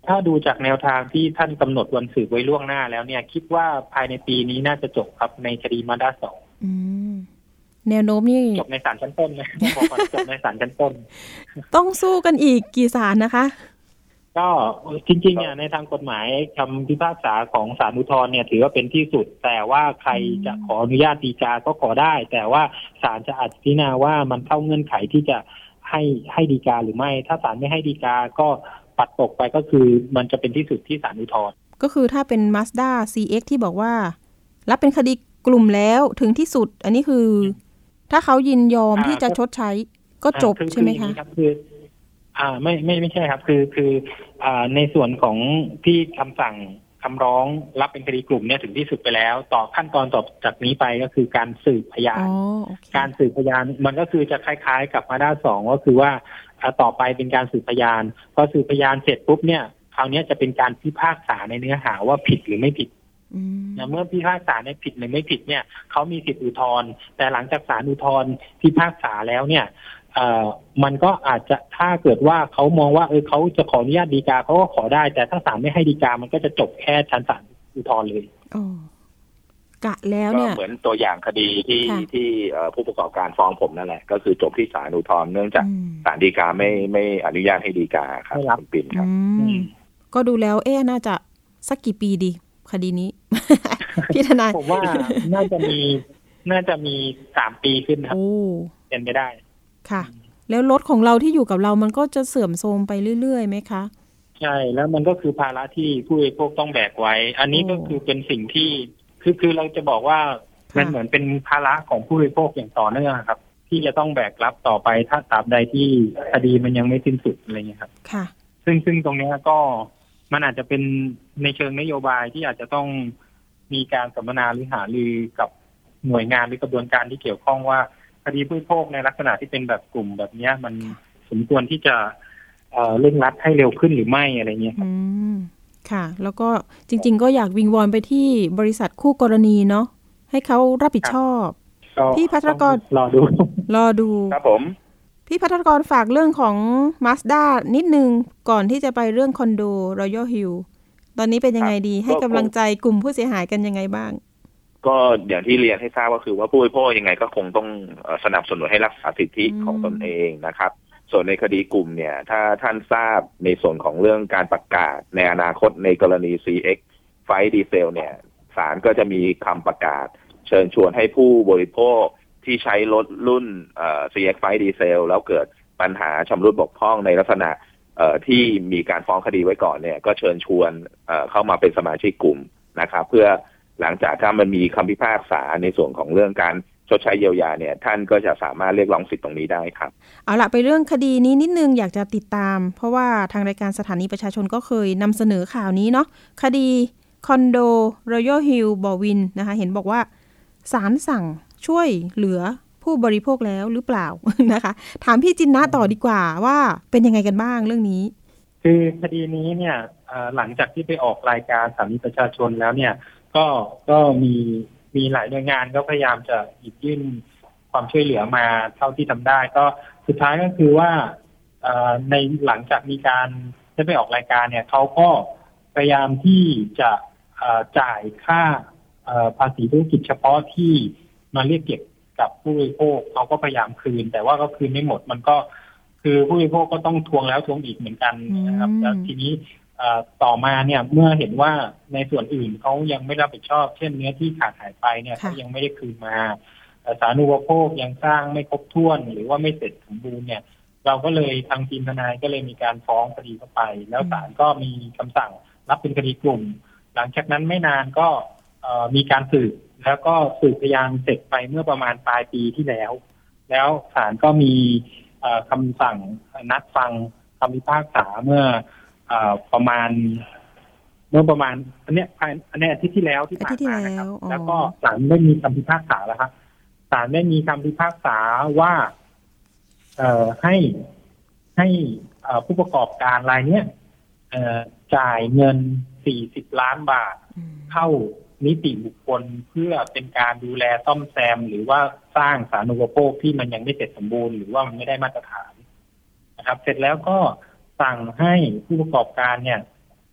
ถ้าดูจากแนวทางที่ท่านกำหนดวันสืบไว้ล่วงหน้าแล้วเนี่ยคิดว่าภายในปีนี้น่าจะจบครับในคดีมาด้าสองแนวโน้มนี่จบในศาลชั้นต้นนะต้องบอกว่าจบในศาลชั้นต้นต้องสู้กันอีกกี่ศาลนะคะก็จริงๆเนี่ยในทางกฎหมายคำพิพากษาของศาลอุทธรณ์เนี่ยถือว่าเป็นที่สุดแต่ว่าใครจะขออนุญาตฎีกาก็ขอได้แต่ว่าศาลจะอาจพิจารณาว่ามันเข้าเงื่อนไขที่จะให้ให้ฎีกาหรือไม่ถ้าศาลไม่ให้ฎีกาก็ปัดตกไปก็คือมันจะเป็นที่สุดที่ศาลอุทธรณ์ก็คือถ้าเป็น Mazda ซี เอ็กซ์ ที่บอกว่ารับเป็นคดีกลุ่มแล้วถึงที่สุดอันนี้คือถ้าเขายินยอมที่จะชดใช้ก็จบใช่ไหมคะคืออ่าไม่ไม่ไม่ใช่ครับคือคืออ่าในส่วนของที่คำสั่งคำร้องรับเป็นคดีกลุ่มเนี่ยถึงที่สุดไปแล้วต่อขั้นตอนต่อจากนี้ไปก็คือการสืบพยานการสืบพยานมันก็คือจะคล้ายๆกับมาด้าสองก็คือว่าต่อไปเป็นการสืบพยานพอสืบพยานเสร็จปุ๊บเนี่ยคราวนี้จะเป็นการพิพากษาในเนื้อหาว่าผิดหรือไม่ผิดเมื่อพิพากษาในผิดหรือไม่ผิดเนี่ยเขามีสิทธิอุทธรณ์แต่หลังจากศาลอุทธรณ์พิพากษาแล้วเนี่ยเอ่อมันก็อาจจะถ้าเกิดว่าเขามองว่าเออเขาจะขออนุญาตฎีกาเขาก็ขอได้แต่ถ้าศาลไม่ให้ฎีกามันก็จะจบแค่ชั้นศาลอุทธรณ์เลยอ๋อกะแล้วเนี่ยก็เหมือนตัวอย่างคดีที่ที่ผู้ประกอบการฟ้องผมนั่นแหละก็คือจบที่ศาลอุทธรณ์เนื่องจากศาลฎีกาไม่ไม่อนุญาตให้ฎีกาครับคุณปิ่นครับก็ดูแล้วเอ๊ะน่าจะสักกี่ปีดีคดีนี้ พี่ทนายผมว่าน่าจะมีน่าจะมีสามปีขึ้นครับเป็นไปได้ค่ะแล้วรถของเราที่อยู่กับเรามันก็จะเสื่อมโทรมไปเรื่อยๆไหมคะใช่แล้วมันก็คือภาระที่ผู้บริโภคต้องแบกไว้อันนี้ก็คือเป็นสิ่งที่คือคือเราจะบอกว่ามันเหมือนเป็นภาระของผู้บริโภคอย่างต่อเนื่องครับที่จะต้องแบกรับต่อไปถ้าตราบใดที่คดีมันยังไม่สิ้นสุดอะไรเงี้ยครับค่ะซึ่งซึ่งตรงนี้ก็มันอาจจะเป็นในเชิงนโยบายที่อาจจะต้องมีการสัมมนาหรือหารือกับหน่วยงานหรือกระบวนการที่เกี่ยวข้องว่าคดีผู้บริโภคในลักษณะที่เป็นแบบกลุ่มแบบนี้มันสมควรที่จะเอ่อเร่งรัดให้เร็วขึ้นหรือไม่อะไรเงี้ยครับค่ะแล้วก็จริงๆก็อยากวิงวอนไปที่บริษัทคู่กรณีเนาะให้เขารับผิดชอบพี่ภัทรกรรอดูรอดูครับผมพี่ภัทรกรฝากเรื่องของ Mazda นิดนึงก่อนที่จะไปเรื่องคอนโด Royal Hill ตอนนี้เป็นยังไงดีให้กำลังใจกลุ่มผู้เสียหายกันยังไงบ้างก็อย่างที่เรียนให้ทราบก็คือว่าผู้บริโภคยังไงก็คงต้องสนับสนุนให้รักษาสิทธิของตนเองนะครับส่วนในคดีกลุ่มเนี่ยถ้าท่านทราบในส่วนของเรื่องการประกาศในอนาคตในกรณี ซี เอ็กซ์ Fight Diesel เนี่ยศาลก็จะมีคำประกาศเชิญชวนให้ผู้บริโภคที่ใช้รถรุ่นเอ่อ ซี เอ็กซ์ Fight Diesel แล้วเกิดปัญหาชำรุดบกพร่องในลักษณะเอ่อที่มีการฟ้องคดีไว้ก่อนเนี่ยก็เชิญชวนเอ่อเข้ามาเป็นสมาชิกกลุ่มนะครับเพื่อหลังจากถ้ามันมีคำพิพากษาในส่วนของเรื่องการชดใช้เยียวยาเนี่ยท่านก็จะสามารถเรียกร้องสิทธิ์ตรงนี้ได้ครับเอาละไปเรื่องคดีนี้นิดนึงอยากจะติดตามเพราะว่าทางรายการสถานีประชาชนก็เคยนำเสนอข่าวนี้เนาะคดีคอนโด Royal Hill บ่อวินนะคะเห็นบอกว่าศาลสั่งช่วยเหลือผู้บริโภคแล้วหรือเปล่า นะคะถามพี่จินนะต่อดีกว่าว่าเป็นยังไงกันบ้างเรื่องนี้คือคดีนี้เนี่ยหลังจากที่ไปออกรายการสถานีประชาชนแล้วเนี่ยก็ก็มีมีหลายหน่วยงานก็พยายามจะหยิบยื่นความช่วยเหลือมาเท่าที่ทำได้ก็สุดท้ายก็คือว่าในหลังจากมีการได้ไปออกรายการเนี่ยเขาก็พยายามที่จะจ่ายค่าภาษีธุรกิจเฉพาะที่มาเรียกเก็บกับผู้บริโภคเขาก็พยายามคืนแต่ว่าก็คืนไม่หมดมันก็คือผู้บริโภคก็ต้องทวงแล้วทวงอีกเหมือนกันนะครับแล้วทีนี้ต่อมาเนี่ยเมื่อเห็นว่าในส่วนอื่นเขายังไม่รับผิดชอบเช่นเนื้อที่ขาดหายไปเนี่ยเขายังไม่ได้คืนมาสาธารณูปโภคยังสร้างไม่ครบถ้วนหรือว่าไม่เสร็จสมบูรณ์เนี่ยเราก็เลยทางทีมทนายก็เลยมีการฟ้องคดีเข้าไปแล้วศาลก็มีคำสั่งรับเป็นคดีกลุ่มหลังจากนั้นไม่นานก็มีการสืบแล้วก็สืบพยานเสร็จไปเมื่อประมาณปลายปีที่แล้วแล้วศาลก็มีคำสั่งนัดฟังคำพิพากษาเมื่อประมาณเมื่อประมาณอันเนี้ยอันเนี้ยอาทิตย์ที่แล้วที่ผ่านมานะครับแล้วก็ศาลได้มีคำพิพากษาแล้วครับศาลได้มีคำพิพากษาว่าเอ่อให้ให้ผู้ประกอบการรายเนี้ยเอ่อจ่ายเงินสี่สิบล้านบาทเข้านิติบุคคลเพื่อเป็นการดูแลซ่อมแซมหรือว่าสร้างสาธารณูปโภคที่มันยังไม่เสร็จสมบูรณ์หรือว่ามันไม่ได้มาตรฐานนะครับเสร็จแล้วก็สั่งให้ผู้ประกอบการเนี่ย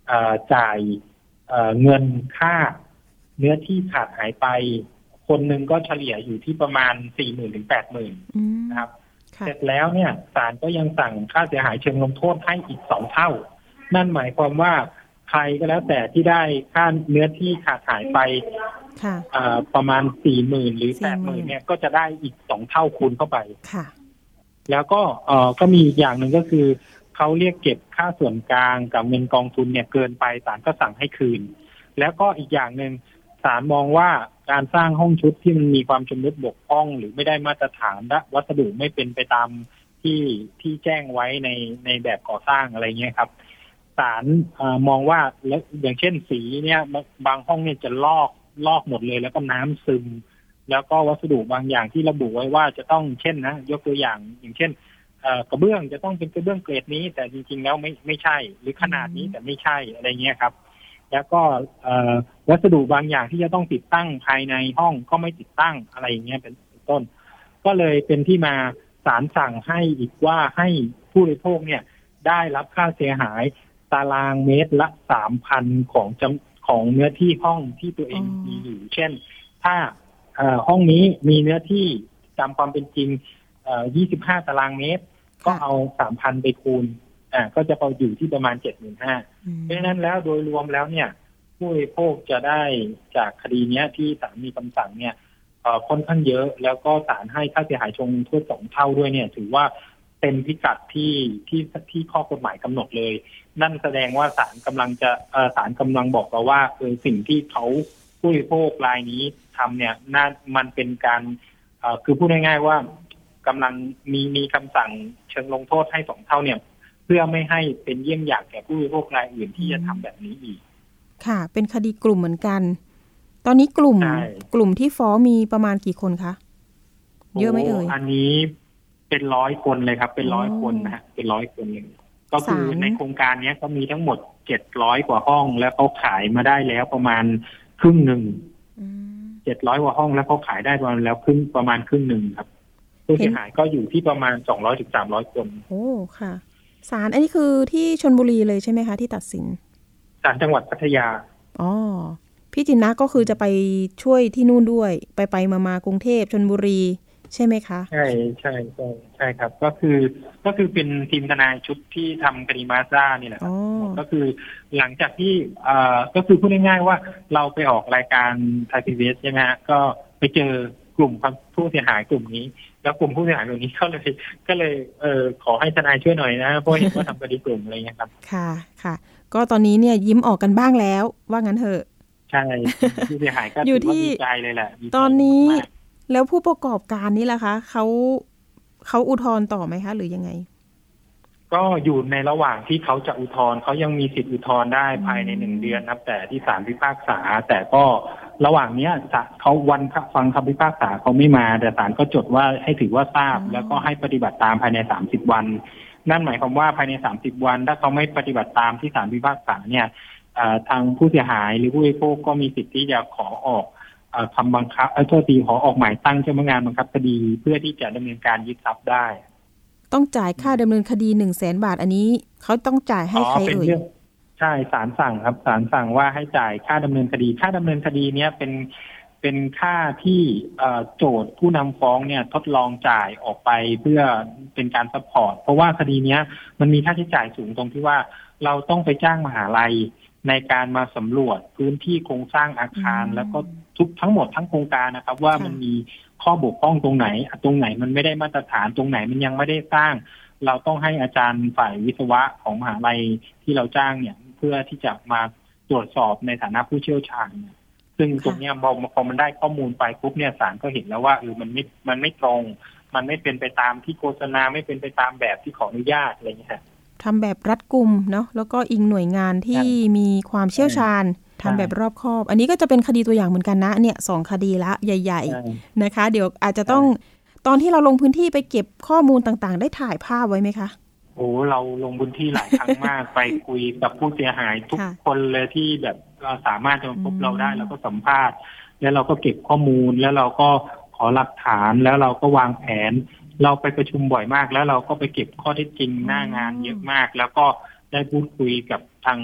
จ่ายเงินค่าเนื้อที่ขาดหายไปคนหนึ่งก็เฉลี่ยอยู่ที่ประมาณ สี่หมื่น ถึง แปดหมื่น นะครับเสร็จแล้วเนี่ยศาลก็ยังสั่งค่าเสียหายเชิงลงโทษให้อีกสองเท่านั่นหมายความว่าใครก็แล้วแต่ที่ได้ค่าเนื้อที่ขาดหายไปประมาณ สี่หมื่น หรือ แปดหมื่น เนี่ยก็จะได้อีกสองเท่าคูณเข้าไปค่ะแล้วก็เอ่อก็มีอีกอย่างหนึ่งก็คือเขาเรียกเก็บค่าส่วนกลางกับเงินกองทุนเนี่ยเกินไปศาลก็สั่งให้คืนแล้วก็อีกอย่างหนึ่งศาลมองว่าการสร้างห้องชุดที่มันมีความชำรุดบกพร่องหรือไม่ได้มาตรฐานและวัสดุไม่เป็นไปตามที่ที่แจ้งไว้ในในแบบก่อสร้างอะไรเงี้ยครับศาลมองว่าแล้วอย่างเช่นสีเนี่ยบางห้องเนี่ยจะลอกลอกหมดเลยแล้วก็น้ำซึมแล้วก็วัสดุบางอย่างที่ระบุไว้ว่าจะต้องเช่นนะยกตัวอย่างอย่างเช่นกระเบื้องจะต้องเป็นกระเบื้องเกรดนี้แต่จริงๆแล้วไม่ไม่ใช่หรือขนาดนี้แต่ไม่ใช่อะไรเงี้ยครับแล้วก็วัสดุบางอย่างที่จะต้องติดตั้งภายในห้องก็ไม่ติดตั้งอะไรอย่างเงี้ยเป็นต้นก็เลยเป็นที่มาศาลสั่งให้อีกว่าให้ผู้บริโภคเนี่ยได้รับค่าเสียหายตารางเมตรละ สามพัน ของจำของเนื้อที่ห้องที่ตัวเองมีอยู่เช่นถ้าห้องนี้มีเนื้อที่ตามความเป็นจริงยี่สิบห้าตารางเมตรก็เอา สามพัน ไปคูณอ่าก็จะพออยู่ที่ประมาณ เจ็ดหมื่นห้าพัน เพราะฉะนั้นแล้วโดยรวมแล้วเนี่ยผู้บริโภคจะได้จากคดีนี้ที่ศาลมีคำสั่งเนี่ยค่อนข้างเยอะแล้วก็ศาลให้ค่าเสียหายชงโทษสองเท่าด้วยเนี่ยถือว่าเป็นพิกัดที่ที่ที่ข้อกฎหมายกำหนดเลยนั่นแสดงว่าศาลกำลังจะศาลกำลังบอกเราว่าเออสิ่งที่เขาผู้บริโภครายนี้ทำเนี่ยน่ามันเป็นการคือพูดง่ายๆว่ากำลังมีมีคำสั่งเชิงลงโทษให้สองเท่าเนี่ยเพื่อไม่ให้เป็นเยี่ยงอย่างแก่ผู้บริโภครายอื่นที่จะทำแบบนี้อีกค่ะเป็นคดีกลุ่มเหมือนกันตอนนี้กลุ่มกลุ่มที่ฟ้องมีประมาณกี่คนคะเยอะไหมเอ่ยอันนี้เป็นร้อยคนเลยครับเป็นร้อยคนนะฮะเป็นร้อยคนเลยก็คือในโครงการนี้ก็มีทั้งหมดเจ็ดร้อยกว่าห้องแล้วเขาขายมาได้แล้วประมาณครึ่งหนึ่งเจ็ดร้อยกว่าห้องแล้วเขาขายได้ประมาณแล้วครึ่งประมาณครึ่งหนึ่งครับผู้เสียหายก็อยู่ที่ประมาณสองร้อยถึงสามร้อยคนโอ้ค่ะศาลอันนี้คือที่ชลบุรีเลยใช่ไหมคะที่ตัดสินศาลจังหวัดพัทยาอ๋อพี่จินนะก็คือจะไปช่วยที่นู่นด้วยไปไปมามากรุงเทพชลบุรีใช่ไหมคะใช่ใช่ใช่ใช่ครับก็คือก็คือเป็นทีมทนายชุดที่ทำคดีมาซ่านี่แหละก็คือหลังจากที่อ่าก็คือพูดง่ายๆว่าเราไปออกรายการไทยพีบีเอสใช่ไหมฮะก็ไปเจอกลุ่มผู้เสียหายกลุ่มนี้แล้วกลุ่มผู้เสียหายกลุ่มนี้ก็เลยก็เลยเออขอให้ทนายช่วยหน่อยนะเพราะเห็นว่าทำคดีกลุ่มอะไรเงี้ยครับค่ะค่ะก็ตอนนี้เนี่ยยิ้มออกกันบ้างแล้วว่างั้นเถอะใช่ผู้เสียหายก็อยู่ที่ดีใจเลยแหละตอนนี้แล้วผู้ประกอบการนี่ล่ะคะเขาเขาอุทธรณ์ต่อไหมคะหรือยังไงก็อยู่ในระหว่างที่เขาจะอุทธรณ์เขายังมีสิทธิอุทธรณ์ได้ภายในหนึ่งเดือนนับแต่ที่ศาลพิพากษาแต่ก็ระหว่างเนี้ยเขาวันฟังคำพิพากษาเขาไม่มาแต่ศาลก็จดว่าให้ถือว่าทราบแล้วก็ให้ปฏิบัติตามภายในสามสิบวันนั่นหมายความว่าภายในสามสิบวันถ้าเขาไม่ปฏิบัติตามที่ศาลพิพากษาเนี่ยทางผู้เสียหายหรือผู้บริโภคก็มีสิทธิ์ที่จะขอออกคำบังคับโทษทีขอออกหมายตั้งเจ้าพนักงานบังคับคดีเพื่อที่จะดำเนินการยึดทรัพย์ได้ต้องจ่ายค่าดำเนินคดีหนึ่งแสนบาทอันนี้เขาต้องจ่ายให้ใครเอ่ยใช่ศาลสั่งครับศาลสั่งว่าให้จ่ายค่าดำเนินคดีค่าดำเนินคดีเนี้ยเป็นเป็นค่าที่โจทย์ผู้นำฟ้องเนี่ยทดลองจ่ายออกไปเพื่อเป็นการซัพพอร์ตเพราะว่าคดีเนี้ยมันมีค่าใช้จ่ายสูงตรงที่ว่าเราต้องไปจ้างมหาลัยในการมาสำรวจพื้นที่โครงสร้างอาคารแล้วก็ทุกทั้งหมดทั้งโครงการนะครับว่ามันมีข้อบกพร่องตรงไหนตรงไหนมันไม่ได้มาตรฐานตรงไหนมันยังไม่ได้สร้างเราต้องให้อาจารย์ฝ่ายวิศวะของมหาลัยที่เราจ้างเนี่ยเพื่อที่จะมาตรวจสอบในฐานะผู้เชี่ยวชาญซึ่งตรงนี้พอพอมันได้ข้อมูลไปปุ๊บเนี่ยศาลก็เห็นแล้วว่าเออมันไม่มันไม่ตรงมันไม่เป็นไปตามที่โฆษณาไม่เป็นไปตามแบบที่ขออนุญาตอะไรอย่างเงี้ยทำแบบรัดกุมเนาะแล้วก็อิงหน่วยงานที่มีความเชี่ยวชาญทำแบบรอบคอบอันนี้ก็จะเป็นคดีตัวอย่างเหมือนกันนะเนี่ยสองคดีละใหญ่ๆนะคะเดี๋ยวอาจจะต้องตอนที่เราลงพื้นที่ไปเก็บข้อมูลต่างๆได้ถ่ายภาพไว้ไหมคะโอ้เราลงพื้นที่หลายครั้งมาก ไปคุยกับผู้เสียหายทุกคนเลยที่แบบสามารถจะพบเราได้แล้วก็สัมภาษณ์แล้วเราก็เก็บข้อมูลแล้วเราก็ขอหลักฐานแล้วเราก็วางแผนเราไปประชุมบ่อยมากแล้วเราก็ไปเก็บข้อเท็จจริงหน้างานเยอะมากแล้วก็ได้พูดคุยกับทาง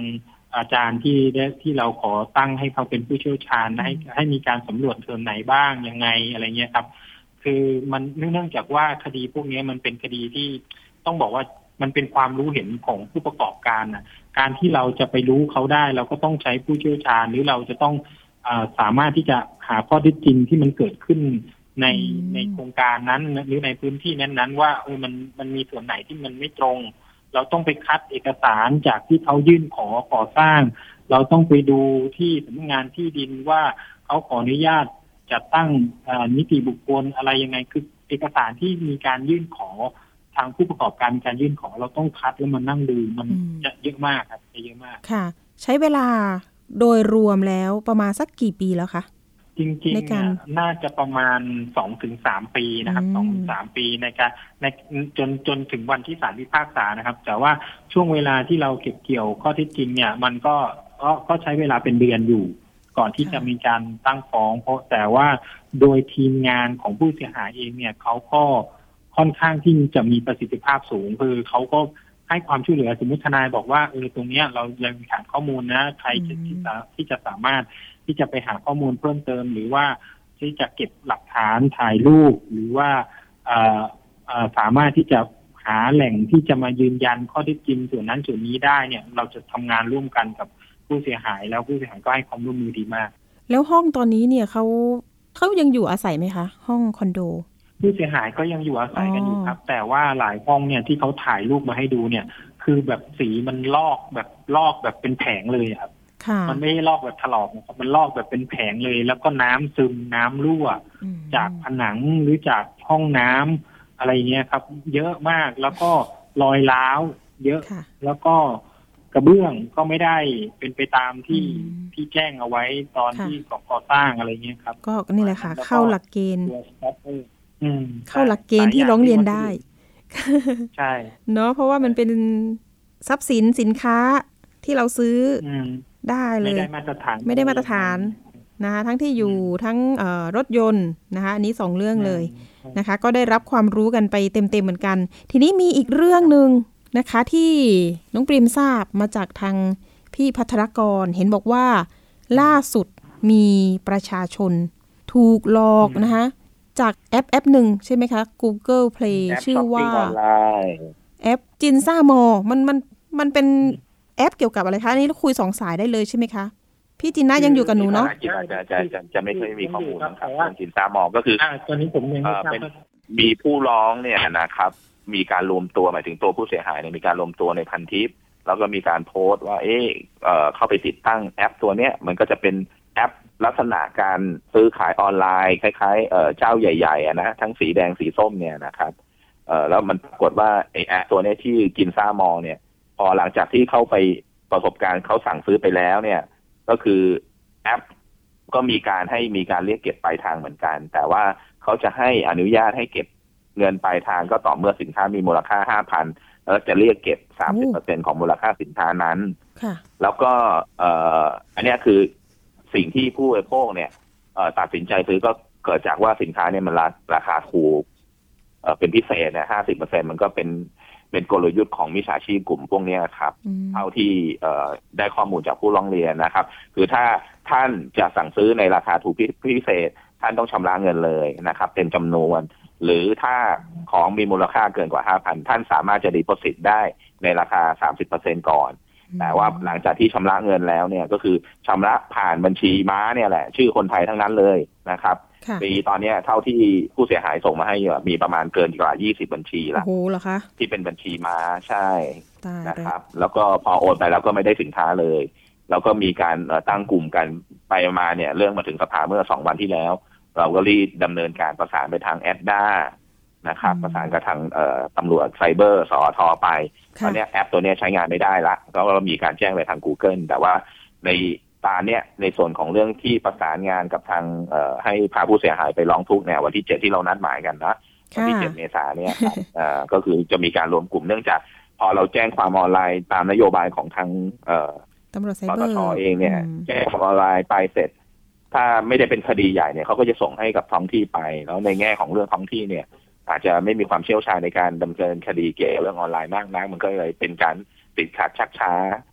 อาจารย์ที่ที่เราขอตั้งให้เขาเป็นผู้เชี่ยวชาญให้ให้มีการสำรวจส่วนไหนบ้างยังไงอะไรเงี้ยครับคือมันเนื่องจากว่าคดีพวกนี้มันเป็นคดีที่ต้องบอกว่ามันเป็นความรู้เห็นของผู้ประกอบการนะการที่เราจะไปรู้เขาได้เราก็ต้องใช้ผู้เชี่ยวชาญหรือเราจะต้องอาสามารถที่จะหาข้อเท็จจริงที่มันเกิดขึ้นในในโครงการนั้นหรือในพื้นที่นั้นๆว่าเออมันมันมีส่วนไหนที่มันไม่ตรงเราต้องไปคัดเอกสารจากที่เขายื่นขอก่อสร้างเราต้องไปดูที่สำนักงานที่ดินว่าเขาขออนุญาตจัดตั้งนิติบุคคลอะไรยังไงคือเอกสารที่มีการยื่นขอทางผู้ประกอบการมีการยื่นขอเราต้องคัดแล้วมานั่งดูมันจะเยอะมากครับจะเยอะมากค่ะใช้เวลาโดยรวมแล้วประมาณสักกี่ปีแล้วคะจริงๆเนี่ยน่าจะประมาณ สองถึงสาม ปีนะครับ สองถึงสาม ปีในการในจนจนถึงวันที่ศาลพิพากษานะครับแต่ว่าช่วงเวลาที่เราเก็บเกี่ยวข้อเท็จจริงเนี่ยมันก็ก็ก็ใช้เวลาเป็นเดือนอยู่ก่อนที่จะมีการตั้งฟ้องเพราะแต่ว่าโดยทีมงานของผู้เสียหายเองเนี่ยเขาก็ค่อนข้างที่จะมีประสิทธิภาพสูงคือเขาก็ให้ความช่วยเหลือสมมติทนายบอกว่าเออตรงเนี้ยเรายังขาดข้อมูลนะใครที่จะที่จะสามารถที่จะไปหาข้อมูลเพิ่มเติมหรือว่าที่จะเก็บหลักฐานถ่ายรูปหรือว่าสามารถที่จะหาแหล่งที่จะมายืนยันข้อเท็จจริงส่วนนั้นส่วนนี้ได้เนี่ยเราจะทำงานร่วมกันกับผู้เสียหายแล้วผู้เสียหายก็ให้ความร่วมมือดีมากแล้วห้องตอนนี้เนี่ยเขาเขายังอยู่อาศัยไหมคะห้องคอนโดผู้เสียหายก็ยังอยู่อาศัยกันอยู่ครับแต่ว่าหลายห้องเนี่ยที่เขาถ่ายรูปมาให้ดูเนี่ยคือแบบสีมันลอกแบบลอกแบบเป็นแผงเลยครับมันไม่ลอกแบบถลอกนะครับมันลอกแบบเป็นแผงเลยแล้วก็น้ำซึมน้ำรั่วจากผนังหรือจากห้องน้ำอะไรเงี้ยครับเยอะมากแล้วก็รอยร้าวเยอะแล้วก็กระเบื้องก็ไม่ได้เป็นไปตามที่ที่แจ้งเอาไว้ตอนที่ก่อสร้างอะไรเงี้ยครับก็นี่แหละค่ะเข้าหลักเกณฑ์เข้าหลักเกณฑ์ที่ร้องเรียนได้ใช่เนาะเพราะว่ามันเป็นทรัพย์สินสินค้าที่เราซื้อได้เลยไม่ได้มาตรฐานไม่ได้มาตรฐานนะคะทั้งที่อยู่ทั้งรถยนต์นะคะอันนี้สองเรื่องเลยนะคะก็ได้รับความรู้กันไปเต็มๆเหมือนกันทีนี้มีอีกเรื่องนึงนะคะที่น้องปริมทราบมาจากทางพี่ภัทรกรเห็นบอกว่าล่าสุดมีประชาชนถูกหลอกนะคะจากแอปแอปหนึ่งใช่ไหมคะ Google Play ชื่อว่าแอปจินซ่ามอมันมันมันเป็นแอปเกี่ยวกับอะไรคะอันนี้เราคุยสองสายได้เลยใช่ไหมคะพี่จินน่ายังอยู่กับหนูเนาะจะจะจะจะจะไม่เคยมีข้อมูลนะครับจินซ่ามอก็คือตอนนี้ผมยังไม่ทราบมีผู้ร้องเนี่ยนะครับมีการรวมตัวหมายถึงตัวผู้เสียหายเนี่ยมีการรวมตัวในพันทิปแล้วก็มีการโพสต์ว่าเอ๊ะเอ่อเข้าไปติดตั้งแอปตัวเนี้ยมันก็จะเป็นแอปลักษณะการซื้อขายออนไลน์คล้ายๆเอ่อเจ้าใหญ่ๆนะทั้งสีแดงสีส้มเนี่ยนะครับเอ่อแล้วมันปรากฏว่าไอ้แอปตัวนี้ที่จินซ่ามอเนี่ยพอหลังจากที่เข้าไปประสบการณ์เขาสั่งซื้อไปแล้วเนี่ยก็คือแอปก็มีการให้มีการเรียกเก็บปลายทางเหมือนกันแต่ว่าเขาจะให้อนุญาตให้เก็บเงินปลายทางก็ต่อเมื่อสินค้ามีมูลค่า ห้าพัน แล้วจะเรียกเก็บ สามสิบเปอร์เซ็นต์ ของมูลค่าสินค้านั้นแล้วก็เอ่ออันนี้คือสิ่งที่ผู้บริโภคเนี่ยเอ่อตัดสินใจซื้อก็เกิดจากว่าสินค้าเนี่ยมันราคาถูกเอ่อเป็นพิเศษนะ ห้าสิบเปอร์เซ็นต์ มันก็เป็นเป็นกลยุทธ์ของมิจฉาชีพกลุ่มพวกนี้ครับเท่าที่เอ่อได้ข้อมูลจากผู้ร้องเรียนนะครับคือถ้าท่านจะสั่งซื้อในราคาถูกพิเศษท่านต้องชำระเงินเลยนะครับเป็นจำนวนหรือถ้าของมีมูลค่าเกินกว่า ห้าพัน ท่านสามารถจะดีโพสิตได้ในราคา สามสิบเปอร์เซ็นต์ ก่อนแต่ว่าหลังจากที่ชำระเงินแล้วเนี่ยก็คือชำระผ่านบัญชีม้าเนี่ยแหละชื่อคนไทยทั้งนั้นเลยนะครับปีตอนนี้เท่าที่ผู้เสียหายส่งมาให้มีประมาณเกินกว่ายี่สิบบัญชีแล้วโอ้โหเหรอคะที่เป็นบัญชีม้าใช่นะครับแล้วก็พอโอนไปแล้วก็ไม่ได้สินค้าเลยแล้วก็มีการตั้งกลุ่มกันไปมาเนี่ยเรื่องมาถึงสภาเมื่อสองวันที่แล้วเราก็รีบดำเนินการประสานไปทางแอดด้านะครับประสานกับทางตำรวจไซเบอร์สอทอไปตอนนี้แอปตัวนี้ใช้งานไม่ได้ละก็มีการแจ้งไปทาง Google แต่ว่าในตอนนี้ในส่วนของเรื่องที่ประสานงานกับทางให้พาผู้เสียหายไปร้องทุกข์เนี่ยวันที่เจ็ดที่เรานัดหมายกันนะวันที่เจ็ดเมษายนเนี่ยก็คือจะมีการรวมกลุ่มเนื่องจากพอเราแจ้งความออนไลน์ตามนโยบายของทางตำรวจไซเบอร์สอทอเองเนี่ยแจ้งความออนไลน์ไปเสร็จถ้าไม่ได้เป็นคดีใหญ่เนี่ยเขาก็จะส่งให้กับท้องที่ไปแล้วในแง่ของเรื่องท้องที่เนี่ยอาจจะไม่มีความเชี่ยวชาญในการดำเนินคดีเกี่ยวกับเรื่องออนไลน์มากนักมันก็เลยเป็นการติดขัดชักช้า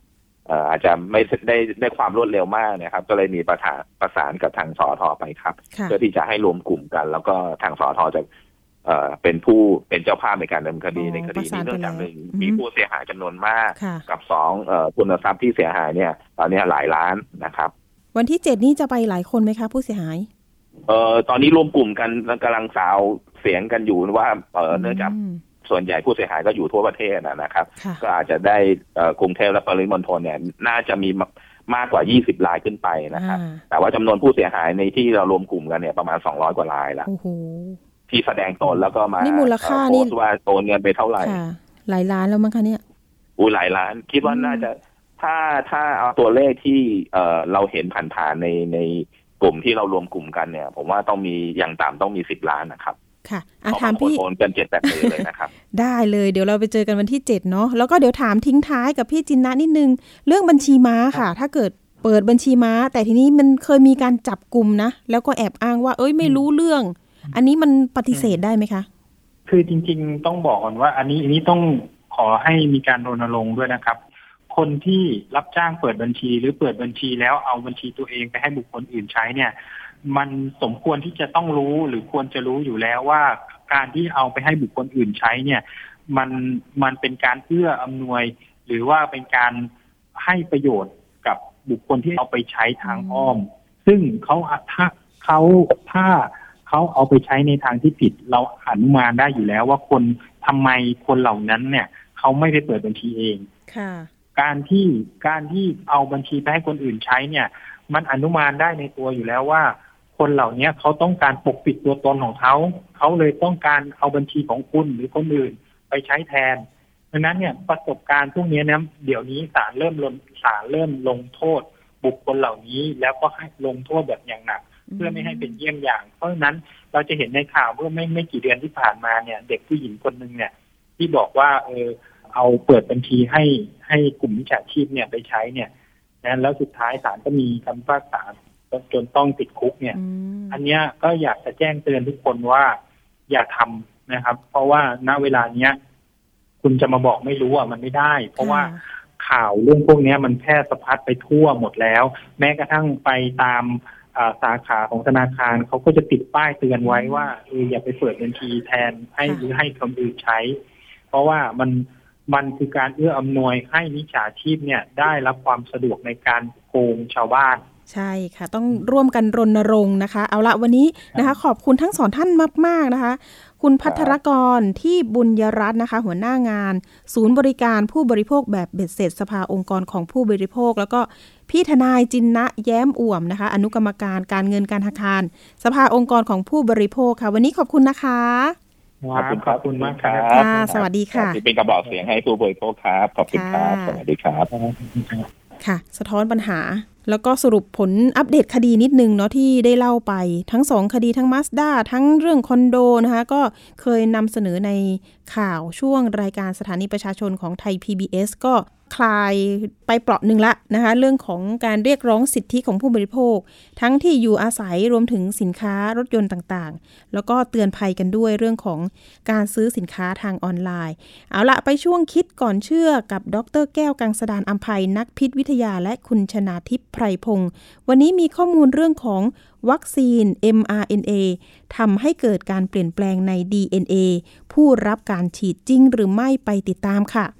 อาจจะไม่ได้ได้ความรวดเร็วมากนะครับก็เลยมีประสานประสานกับทางสอทไปครับเพื่อที่จะให้รวมกลุ่มกันแล้วก็ทางสอทจะเอ่อเป็นผู้เป็นเจ้าภาพในการดำเนินคดีในคดีนี้เนื่องจากหนึ่งมีผู้เสียหายจำนวนมากกับสองเอ่อทุนทรัพย์ที่เสียหายเนี่ยตอนนี้หลายล้านนะครับวันที่เจ็ดนี้จะไปหลายคนไหมคะผู้เสียหายเอ่อตอนนี้รวมกลุ่มกันกำลังสาวเสียงกันอยู่ว่าเอ่อเนื่องจากส่วนใหญ่ผู้เสียหายก็อยู่ทั่วประเทศนะครับก็อาจจะได้กรุงเทพและปริมณฑลเนี่ยน่าจะมีมากกว่ายี่สิบรายขึ้นไปนะครับแต่ว่าจำนวนผู้เสียหายในที่เรารวมกลุ่มกันเนี่ยประมาณสองร้อยกว่ารายแล้วที่แสดงตนแล้วก็มานี่มูลค่านี่ว่าโอนเงินไปเท่าไหร่หลายล้านแล้วมั้งคะเนี่ยอุ้ยหลายล้านคิดว่าน่าจะถ้าถ้าเอาตัวเลขที่เอ่อเราเห็นผ่านๆในในกลุ่มที่เรารวมกลุ่มกันเนี่ยผมว่าต้องมีอย่างต่ำต้องมีสิบล้านนะครับค่ะอ่ะถามพี่โอนกันเจ็ดแปดเลยเลยนะครับได้เลยเดี๋ยวเราไปเจอกันวันที่เจ็ดเนาะแล้วก็เดี๋ยวถามทิ้งท้ายกับพี่จินนะนิดนึงเรื่องบัญชีม้าค่ะถ้าเกิดเปิดบัญชีม้าแต่ทีนี้มันเคยมีการจับกุมนะแล้วก็แอบอ้างว่าเอ้ยไม่รู้เรื่องอันนี้มันปฏิเสธได้ไหมคะคือจริงๆต้องบอกก่อนว่าอันนี้อันนี้ต้องขอให้มีการรณรงค์ด้วยนะครับคนที่รับจ้างเปิดบัญชีหรือเปิดบัญชีแล้วเอาบัญชีตัวเองไปให้บุคคลอื่นใช้เนี่ยมันสมควรที่จะต้องรู้หรือควรจะรู้อยู่แล้วว่าการที่เอาไปให้บุคคลอื่นใช้เนี่ยมันมันเป็นการเอื้ออำนวยหรือว่าเป็นการให้ประโยชน์กับบุคคลที่เอาไปใช้ทางอ้อมซึ่งเขาถ้าเขาถ้าเขาเอาไปใช้ในทางที่ผิดเราอนุมานได้อยู่แล้วว่าคนทำไมคนเหล่านั้นเนี่ยเขาไม่ได้เปิดบัญชีเองค่ะการที่การที่เอาบัญชีไปให้คนอื่นใช้เนี่ยมันอนุมานได้ในตัวอยู่แล้วว่าคนเหล่านี้เขาต้องการปกปิดตัวตนของเขาเขาเลยต้องการเอาบัญชีของคุณหรือคนอื่นไปใช้แทนดังนั้นเนี่ยประสบการณ์พวกนี้นะเดี๋ยวนี้ศาลเริ่มลงศาลเริ่มลงโทษบุคคลเหล่านี้แล้วก็ให้ลงโทษแบบอย่างหนักเพื่อไม่ให้เป็นเยี่ยงอย่างเพราะฉะนั้นเราจะเห็นในข่าวเมื่อไม่ไม่กี่เดือนที่ผ่านมาเนี่ยเด็กผู้หญิงคนนึงเนี่ยที่บอกว่าเออเอาเปิดบัญชีให้ให้กลุ่มมิจฉาชีพเนี่ยไปใช้เนี่ยนะแล้วสุดท้ายศาลก็มีคำพิพากษาจนต้องติดคุกเนี่ย อ, อันเนี้ยก็อยากจะแจ้งเตือนทุกคนว่าอย่าทำนะครับเพราะว่าณเวลาเนี้ยคุณจะมาบอกไม่รู้อ่ะมันไม่ได้เพราะว่าข่าวเรื่องพวกนี้มันแพร่สะพัดไปทั่วหมดแล้วแม้กระทั่งไปตามสาขาของธนาคารเขาก็จะติดป้ายเตือนไว้ว่าเอออย่าไปเปิดบัญชีแทนให้หรือให้คนอื่นใช้เพราะว่ามันมันคือการเอื้ออำนวยให้มิจฉาชีพเนี่ยได้รับความสะดวกในการโกงชาวบ้านใช่ค่ะต้องร่วมกันรณรงค์นะคะเอาละวันนี้นะคะขอบคุณทั้งสองท่านมากๆนะคะคุณภัทรกรที่บุญยรัตน์นะคะหัวหน้างานศูนย์บริการผู้บริโภคแบบเบ็ดเสร็จสภาองค์กรของผู้บริโภคแล้วก็พี่ทนายจินนะแย้มอ่วมนะคะอนุกรรมการการเงินการธนาคารสภาองค์กรของผู้บริโภคค่ะวันนี้ขอบคุณนะคะขอบคุณขอบคุณมากครับค่ะสวัสดีค่ะเป็นกระบอกเสียงให้ผู้บริโภคครับขอบคุณครับสวัสดีครับค่ะสะท้อนปัญหาแล้วก็สรุปผลอัปเดตคดีนิดนึงเนาะที่ได้เล่าไปทั้งสองคดีทั้ง Mazda ทั้งเรื่องคอนโดนะคะก็เคยนำเสนอในข่าวช่วงรายการสถานีประชาชนของไทย พี บี เอส ก็คลายไปเปราะหนึ่งละนะคะเรื่องของการเรียกร้องสิทธิของผู้บริโภคทั้งที่อยู่อาศัยรวมถึงสินค้ารถยนต์ต่างๆแล้วก็เตือนภัยกันด้วยเรื่องของการซื้อสินค้าทางออนไลน์เอาละไปช่วงคิดก่อนเชื่อกับดร.แก้วกังสดาลอำไพนักพิษวิทยาและคุณชนาทิพย์ไพรพงศ์วันนี้มีข้อมูลเรื่องของวัคซีน เอ็ม อาร์ เอ็น เอ ทำให้เกิดการเปลี่ยนแปลงใน ดี เอ็น เอ ผู้รับการฉีดจริงหรือไม่ไปติดตามค่ะ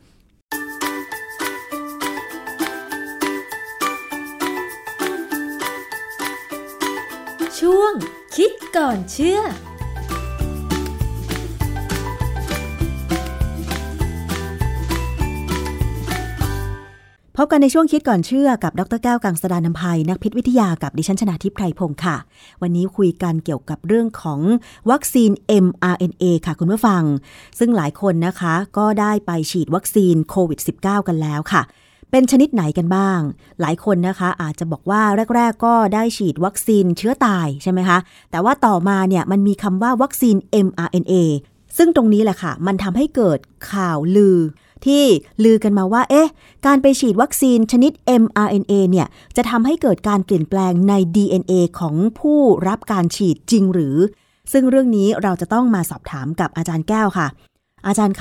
ช่วงคิดก่อนเชื่อพบกันในช่วงคิดก่อนเชื่อกับดร.แก้วกังสดาลอำไพนักพิษวิทยากับดิฉันชนาทิพย์ไพรพงศ์ค่ะวันนี้คุยกันเกี่ยวกับเรื่องของวัคซีน เอ็ม อาร์ เอ็น เอ ค่ะคุณผู้ฟังซึ่งหลายคนนะคะก็ได้ไปฉีดวัคซีนโควิด สิบเก้า กันแล้วค่ะเป็นชนิดไหนกันบ้างหลายคนนะคะอาจจะบอกว่าแรกๆก็ได้ฉีดวัคซีนเชื้อตายใช่ไหมคะแต่ว่าต่อมาเนี่ยมันมีคำว่าวัคซีน เอ็ม อาร์ เอ็น เอ ซึ่งตรงนี้แหละค่ะมันทำให้เกิดข่าวลือที่ลือกันมาว่าเอ๊ะการไปฉีดวัคซีนชนิด เอ็ม อาร์ เอ็น เอ เนี่ยจะทำให้เกิดการเปลี่ยนแปลงใน ดี เอ็น เอ ของผู้รับการฉีดจริงหรือซึ่งเรื่องนี้เราจะต้องมาสอบถามกับอาจารย์แก้วค่ะอาจารย์คะ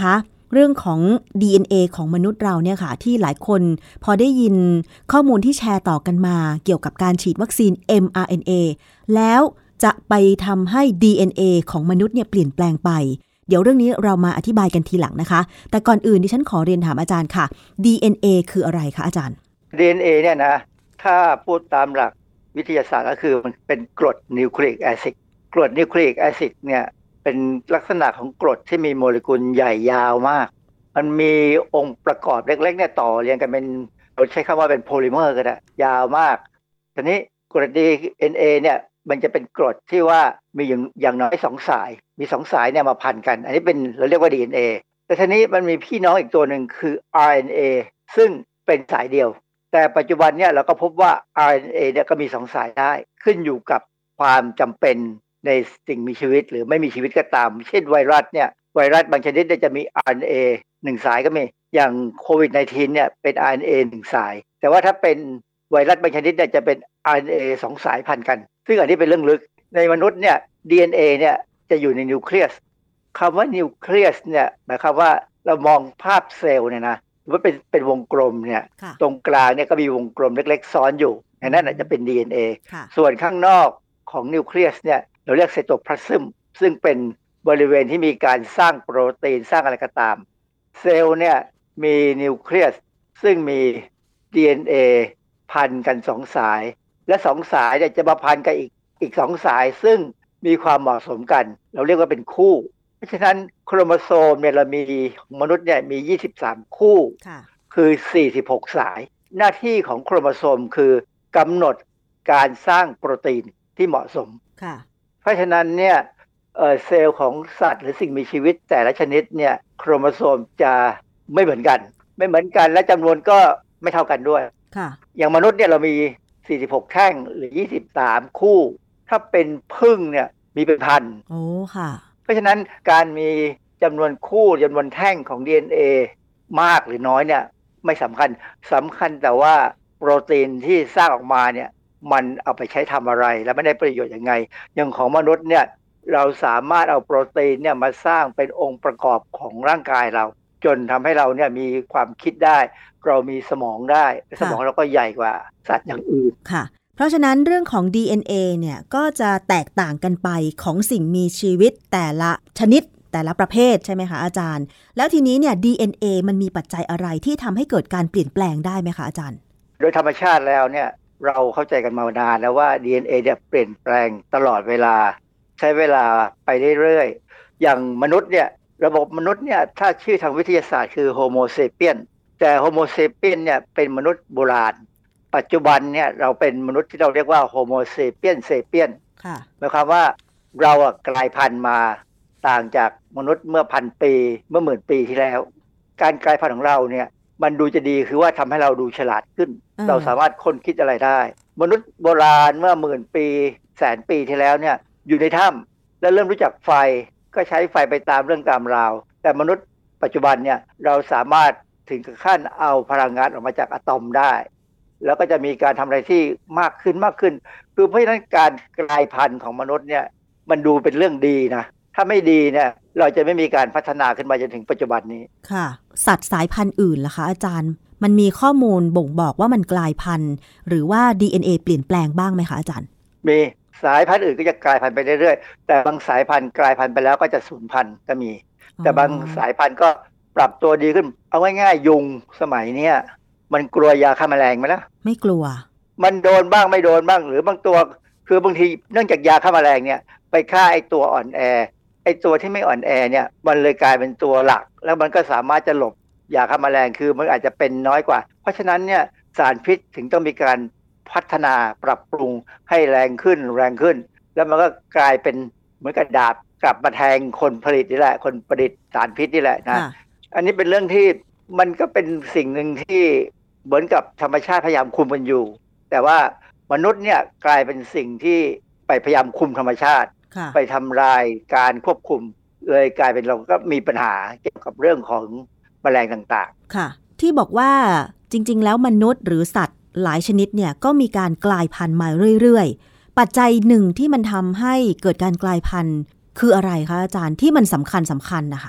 เรื่องของ ดี เอ็น เอ ของมนุษย์เราเนี่ยค่ะที่หลายคนพอได้ยินข้อมูลที่แชร์ต่อกันมาเกี่ยวกับการฉีดวัคซีน เอ็ม อาร์ เอ็น เอ แล้วจะไปทำให้ ดี เอ็น เอ ของมนุษย์เนี่ยเปลี่ยนแปลงไปเดี๋ยวเรื่องนี้เรามาอธิบายกันทีหลังนะคะแต่ก่อนอื่นดิฉันขอเรียนถามอาจารย์ค่ะ ดี เอ็น เอ คืออะไรคะอาจารย์ดี เอ็น เอ เนี่ยนะถ้าพูดตามหลักวิทยาศาสตร์ก็คือมันเป็นกรดนิวคลีอิกแอซิดกรดนิวคลีอิกแอซิดเนี่ยเป็นลักษณะของกรดที่มีโมเลกุลใหญ่ยาวมากมันมีองค์ประกอบเล็กๆเนี่ยต่อเรียงกันเป็นเราใช้คำว่าเป็นโพลิเมอร์ก็ได้ยาวมากทีนี้กรด ดี เอ็น เอ เนี่ยมันจะเป็นกรดที่ว่ามีอย่างอย่างน้อยสองสายมีสองสายเนี่ยมาพันกันอันนี้เป็นเราเรียกว่า ดี เอ็น เอ แต่ทีนี้มันมีพี่น้องอีกตัวหนึ่งคือ อาร์ เอ็น เอ ซึ่งเป็นสายเดียวแต่ปัจจุบันเนี่ยเราก็พบว่า อาร์ เอ็น เอ เนี่ยก็มีสองสายได้ขึ้นอยู่กับความจำเป็นในสิ่งมีชีวิตหรือไม่มีชีวิตก็ตามเช่นไวรัสเนี่ยไวรัสบางชนิดเนี่ยจะมี อาร์ เอ็น เอ หนึ่งสายก็มีอย่างโควิด สิบเก้า เนี่ยเป็น อาร์ เอ็น เอ หนึ่งสายแต่ว่าถ้าเป็นไวรัสบางชนิดเนี่ยจะเป็น อาร์ เอ็น เอ สองสายพันกันซึ่งอันนี้เป็นเรื่องลึกในมนุษย์เนี่ย ดี เอ็น เอ เนี่ยจะอยู่ในนิวเคลียสคำว่านิวเคลียสเนี่ยหมายความว่าเรามองภาพเซลล์เนี่ยนะว่าเป็นเป็นวงกลมเนี่ยตรงกลางเนี่ยก็มีวงกลมเล็กๆซ้อนอยู่อันนั้นจะเป็น ดี เอ็น เอ ส่วนข้างนอกของนิวเคลียสเนี่ยเราเรียกไซโตพลาซึมซึ่งเป็นบริเวณที่มีการสร้างโปรตีนสร้างอะไรก็ตามเซลล์เนี่ยมีนิวเคลียสซึ่งมี ดี เอ็น เอ พันกันสองสายและสองสายเนี่ยจะมาพันกันอีกอีกสองสายซึ่งมีความเหมาะสมกันเราเรียกว่าเป็นคู่เพราะฉะนั้นโครโมโซมเนี่ยเรามีของมนุษย์เนี่ยมียี่สิบสามคู่คือสี่สิบหกสายหน้าที่ของโครโมโซมคือกำหนดการสร้างโปรตีนที่เหมาะสมเพราะฉะนั้นเนี่ยเอ่อเซลล์ของสัตว์หรือสิ่งมีชีวิตแต่ละชนิดเนี่ยโครโมโซมจะไม่เหมือนกันไม่เหมือนกันและจำนวนก็ไม่เท่ากันด้วยอย่างมนุษย์เนี่ยเรามีสี่สิบหกแท่งหรือยี่สิบสามคู่ถ้าเป็นผึ้งเนี่ยมีเป็นพันโอ้ค่ะเพราะฉะนั้นการมีจำนวนคู่จำนวนแท่งของ ดี เอ็น เอ มากหรือน้อยเนี่ยไม่สำคัญสำคัญแต่ว่าโปรตีนที่สร้างออกมาเนี่ยมันเอาไปใช้ทำอะไรและไม่ได้ประโยชน์ยังไงอย่างของมนุษย์เนี่ยเราสามารถเอาโปรตีนเนี่ยมาสร้างเป็นองค์ประกอบของร่างกายเราจนทำให้เราเนี่ยมีความคิดได้เรามีสมองได้สมองเราก็ใหญ่กว่าสัตว์อย่างอื่นค่ะเพราะฉะนั้นเรื่องของ ดี เอ็น เอ เนี่ยก็จะแตกต่างกันไปของสิ่งมีชีวิตแต่ละชนิดแต่ละประเภทใช่ไหมคะอาจารย์แล้วทีนี้เนี่ย ดี เอ็น เอ มันมีปัจจัยอะไรที่ทำให้เกิดการเปลี่ยนแปลงได้ไหมคะอาจารย์โดยธรรมชาติแล้วเนี่ยเราเข้าใจกันมานานแล้วว่า ดี เอ็น เอ เนี่ยเปลี่ยนแปลงตลอดเวลาใช้เวลาไปเรื่อยๆอย่างมนุษย์เนี่ยระบบมนุษย์เนี่ยถ้าชื่อทางวิทยาศาสตร์คือโฮโมเซเปียนแต่โฮโมเซเปียนเนี่ยเป็นมนุษย์โบราณปัจจุบันเนี่ยเราเป็นมนุษย์ที่เราเรียกว่าโฮโมเซเปียนเซเปียนหมายความว่าเรากลายพันธุ์มาต่างจากมนุษย์เมื่อพันปีเมื่อหมื่นปีที่แล้วการกลายพันธุ์ของเราเนี่ยมันดูจะดีคือว่าทำให้เราดูฉลาดขึ้นเราสามารถค้นคิดอะไรได้มนุษย์โบราณเมื่อหมื่นปีแสนปีที่แล้วเนี่ยอยู่ในถ้ำและเริ่มรู้จักไฟก็ใช้ไฟไปตามเรื่องตามราวแต่มนุษย์ปัจจุบันเนี่ยเราสามารถถึงขั้นเอาพลังงานออกมาจากอะตอมได้แล้วก็จะมีการทำอะไรที่มากขึ้นมากขึ้นคือเพราะฉะนั้นการกลายพันธุ์ของมนุษย์เนี่ยมันดูเป็นเรื่องดีนะถ้าไม่ดีเนี่ยเราจะไม่มีการพัฒนาขึ้นมาจนถึงปัจจุบันนี้ค่ะสัตว์สายพันธุ์อื่นล่ะคะอาจารย์มันมีข้อมูลบ่งบอกว่ามันกลายพันธุ์หรือว่า ดี เอ็น เอ เปลี่ยนแปลงบ้างไหมคะอาจารย์มีสายพันธุ์อื่นก็จะกลายพันธุ์ไปเรื่อยๆแต่บางสายพันธุ์กลายพันธุ์ไปแล้วก็จะสูญพันธุ์ก็มีแต่บางสายพันธุ์ก็ปรับตัวดีขึ้นเอาง่ายๆยุงสมัยเนี้ยมันกลัวยาฆ่าแมลงไหมล่ะไม่กลัวมันโดนบ้างไม่โดนบ้างหรือบางตัวคือบางทีเนื่องจากยาฆ่าแมลงเนี่ยไปฆ่าไอ้ตัวอ่อนแอไอ้ตัวที่ไม่อ่อนแอเนี่ยมันเลยกลายเป็นตัวหลักแล้วมันก็สามารถจะหลบยาฆ่าแมลงคือมันอาจจะเป็นน้อยกว่าเพราะฉะนั้นเนี่ยสารพิษถึงต้องมีการพัฒนาปรับปรุงให้แรงขึ้นแรงขึ้นแล้วมันก็กลายเป็นเหมือนกับดาบกลับมาแทงคนผลิตนี่แหละคนประดิษฐ์สารพิษนี่แหละนะอันนี้เป็นเรื่องที่มันก็เป็นสิ่งหนึ่งที่เหมือนกับธรรมชาติพยายามคุมมันอยู่แต่ว่ามนุษย์เนี่ยกลายเป็นสิ่งที่ไปพยายามคุมธรรมชาติไปทำลายการควบคุมเลยกลายเป็นเราก็มีปัญหาเกี่ยวกับเรื่องของแมลงต่างๆค่ะที่บอกว่าจริงๆแล้วมนุษย์หรือสัตว์หลายชนิดเนี่ยก็มีการกลายพันธุ์มาเรื่อยๆปัจจัยหนึ่งที่มันทำให้เกิดการกลายพันธุ์คืออะไรคะอาจารย์ที่มันสำคัญสำคัญนะคะ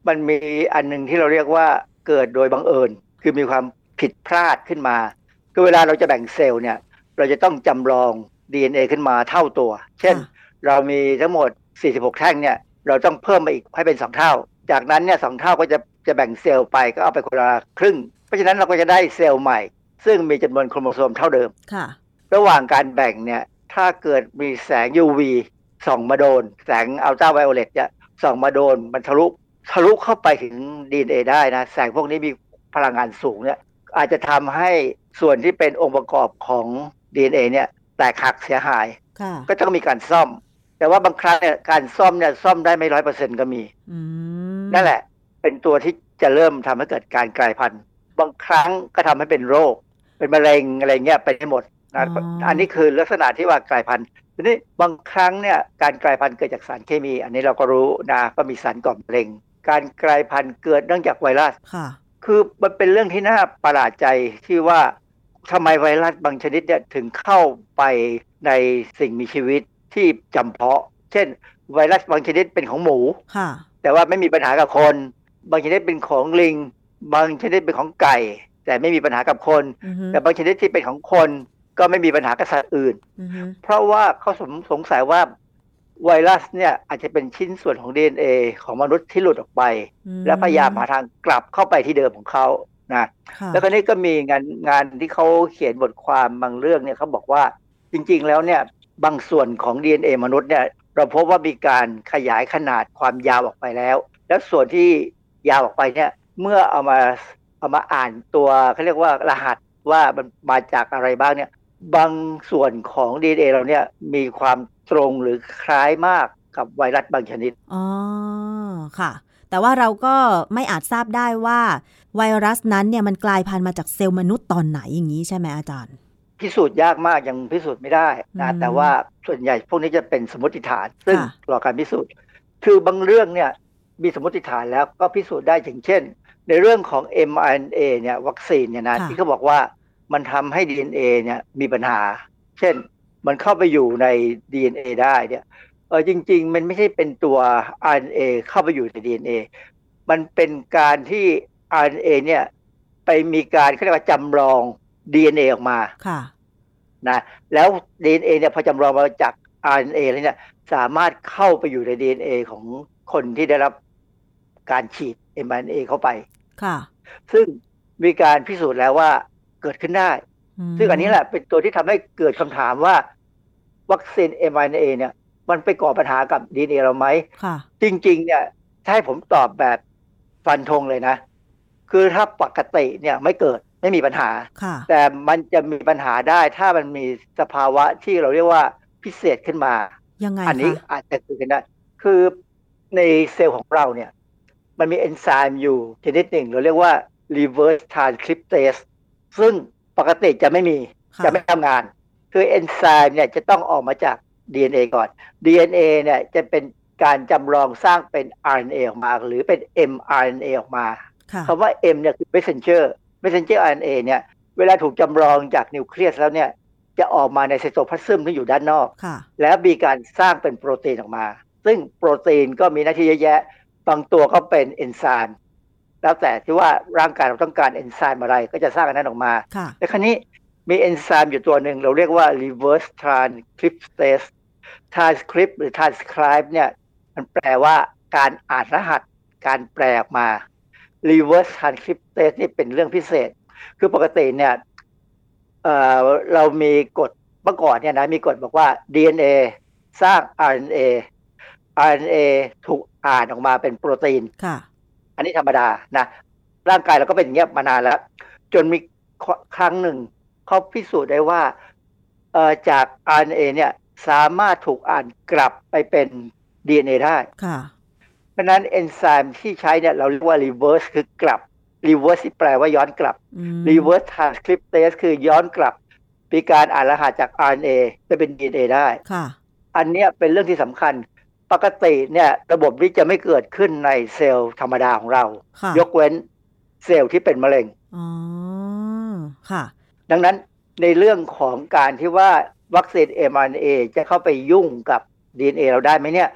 มันมีอันนึงที่เราเรียกว่าเกิดโดยบังเอิญคือมีความผิดพลาดขึ้นมาคือเวลาเราจะแบ่งเซลล์เนี่ยเราจะต้องจำลอง ดี เอ็น เอ ขึ้นมาเท่าตัวเช่นเรามีทั้งหมดสี่สิบหกแท่งเนี่ยเราต้องเพิ่มมาอีกให้เป็นสองเท่าจากนั้นเนี่ยสองเท่าก็จะจะแบ่งเซลล์ไปก็เอาไปคนละครึ่งเพราะฉะนั้นเราก็จะได้เซลล์ใหม่ซึ่งมีจำนวนโครโมโซมเท่าเดิมค่ะระหว่างการแบ่งเนี่ยถ้าเกิดมีแสง ยู วี ส่องมาโดนแสงอัลตราไวโอเลตจะส่องมาโดนมันทะลุทะลุเข้าไปถึง ดี เอ็น เอ ได้นะแสงพวกนี้มีพลังงานสูงเนี่ยอาจจะทำให้ส่วนที่เป็นองค์ประกอบของ ดี เอ็น เอ เนี่ยแตกหักเสียหายก็ต้องมีการซ่อมแต่ว่าบางครั้งเนี่ยการซ่อมเนี่ยซ่อมได้ไม่ ร้อยเปอร์เซ็นต์ ก็มีนั่นแหละเป็นตัวที่จะเริ่มทำให้เกิดการกลายพันธุ์บางครั้งก็ทำให้เป็นโรคเป็นมะเร็งอะไรเงี้ยไปได้หมดนะอันนี้คือลักษณะที่ว่ากลายพันธุ์ทีนี้บางครั้งเนี่ยการกลายพันธุ์เกิดจากสารเคมีอันนี้เราก็รู้นะก็มีสารก่อมะเร็งการกลายพันธุ์เกิดเนื่องจากไวรัสคือมันเป็นเรื่องที่น่าประหลาดใจที่ว่าทำไมไวรัสบางชนิดเนี่ยถึงเข้าไปในสิ่งมีชีวิตที่จำเพาะเช่นไวรัสบางชนิดเป็นของหมูแต่ว่าไม่มีปัญหากับคนบางชนิดเป็นของลิงบางชนิดเป็นของไก่แต่ไม่มีปัญหากับคน uh-huh. แต่บางชนิดที่เป็นของคนก็ไม่มีปัญหากับสัตว์อื่น uh-huh. เพราะว่าเขาสงสงสัยว่าไวรัสเนี่ยอาจจะเป็นชิ้นส่วนของ ดี เอ็น เอ ของมนุษย์ที่หลุดออกไป uh-huh. และพยายามหาทางกลับเข้าไปที่เดิมของเขานะ uh-huh. แล้วก็นี่ก็มีงานงานที่เขาเขียนบทความบางเรื่องเนี่ยเขาบอกว่าจริงๆแล้วเนี่ยบางส่วนของ ดี เอ็น เอ มนุษย์เนี่ยเราพบว่ามีการขยายขนาดความยาวออกไปแล้วแล้วส่วนที่ยาวออกไปเนี่ยเมื่อเอามาเอามาอ่านตัวเขาเรียกว่ารหัสว่ามันมาจากอะไรบ้างเนี่ยบางส่วนของ ดี เอ็น เอ เราเนี่ยมีความตรงหรือคล้ายมากกับไวรัสบางชนิดอ๋อค่ะแต่ว่าเราก็ไม่อาจทราบได้ว่าไวรัสนั้นเนี่ยมันกลายพันธุ์มาจากเซลล์มนุษย์ตอนไหนอย่างนี้ใช่ไหมอาจารย์พิสูจน์ยากมากยังพิสูจน์ไม่ได้นะแต่ว่าส่วนใหญ่พวกนี้จะเป็นสมมติฐานซึ่งรอการพิสูจน์คือบางเรื่องเนี่ยมีสมมติฐานแล้วก็พิสูจน์ได้อย่างเช่นในเรื่องของ เอ็ม อาร์ เอ็น เอ เนี่ยวัคซีนเนี่ยนะที่เขาบอกว่ามันทำให้ ดี เอ็น เอ เนี่ยมีปัญหาเช่นมันเข้าไปอยู่ใน ดี เอ็น เอ ได้เนี่ยเออจริงๆมันไม่ใช่เป็นตัว อาร์ เอ็น เอ เข้าไปอยู่ใน ดี เอ็น เอ มันเป็นการที่ อาร์ เอ็น เอ เนี่ยไปมีการเขาเรียกว่าจำลอง ดี เอ็น เอ ออกมาค่ะนะแล้ว ดี เอ็น เอ เนี่ยพอจำลองมาจาก อาร์ เอ็น เอ แล้วเนี่ยสามารถเข้าไปอยู่ใน ดี เอ็น เอ ของคนที่ได้รับการฉีด เอ็ม อาร์ เอ็น เอ เข้าไปค่ะซึ่งมีการพิสูจน์แล้วว่าเกิดขึ้นได้ซึ่งอันนี้แหละเป็นตัวที่ทำให้เกิดคำถามว่าวัคซีน เอ็ม อาร์ เอ็น เอ เนี่ยมันไปก่อปัญหากับ ดี เอ็น เอ เราไหมค่ะจริงๆเนี่ยถ้าให้ผมตอบแบบฟันธงเลยนะคือถ้าปกติเนี่ยไม่เกิดไม่มีปัญหาแต่มันจะมีปัญหาได้ถ้ามันมีสภาวะที่เราเรียกว่าพิเศษขึ้นมายังไงอันนี้อาจจะเกิดขึ้นได้คือในเซลล์ของเราเนี่ยมันมีเอนไซม์อยู่ชนิดหนึ่งเราเรียกว่า reverse transcriptase ซึ่งปกติจะไม่มีจะไม่ทำงานคือเอนไซม์เนี่ยจะต้องออกมาจาก ดี เอ็น เอ ก่อน ดี เอ็น เอ เนี่ยจะเป็นการจำลองสร้างเป็น อาร์ เอ็น เอ ออกมาหรือเป็น เอ็ม อาร์ เอ็น เอ ออกมาคำว่า M เนี่ยคือ messenger messenger อาร์ เอ็น เอ เนี่ยเวลาถูกจำลองจากนิวเคลียสแล้วเนี่ยจะออกมาในไซโตพลาซึมที่อยู่ด้านนอกแล้วมีการสร้างเป็นโปรตีนออกมาซึ่งโปรตีนก็มีหน้าที่เยอะแยะบางตัวก็เป็นเอนไซม์แล้วแต่ที่ว่าร่างกายเราต้องการเอนไซม์อะไรก็จะสร้างอันนั้นออกมาแต่คราวนี้มีเอนไซม์อยู่ตัวหนึ่งเราเรียกว่า reverse transcriptase transcript หรือ transcribe เนี่ยมันแปลว่าการอ่านรหัสการแปลออกมา reverse transcriptase นี่เป็นเรื่องพิเศษคือปกติเนี่ยเอ่อเรามีกฎเมื่อก่อนเนี่ยนะมีกฎบอกว่า ดี เอ็น เอ สร้าง อาร์ เอ็น เอ อาร์ เอ็น เอ ถูกอ่านออกมาเป็นโปรตีนค่ะอันนี้ธรรมดานะร่างกายเราก็เป็นอย่างเงี้ยมานานแล้วจนมีครั้งหนึ่งเขาพิสูจน์ได้ว่าเอ่อจาก อาร์ เอ็น เอ เนี่ยสามารถถูกอ่านกลับไปเป็น ดี เอ็น เอ ได้ค่ะเพราะนั้นเอนไซม์ที่ใช้เนี่ยเราเรียกว่า reverse คือกลับ reverse ที่แปลว่าย้อนกลับ reverse transcriptase คือย้อนกลับมีการอ่านรหัสจาก อาร์ เอ็น เอ ไปเป็น ดี เอ็น เอ ได้ค่ะอันเนี้ยเป็นเรื่องที่สำคัญปกติเนี่ยระบบนี้จะไม่เกิดขึ้นในเซลล์ธรรมดาของเรายกเว้นเซลล์ที่เป็นมะเร็งอ๋อค่ะดังนั้นในเรื่องของการที่ว่าวัคซีน เอ็ม อาร์ เอ็น เอ จะเข้าไปยุ่งกับ ดี เอ็น เอ เราได้ไหมเนี่ย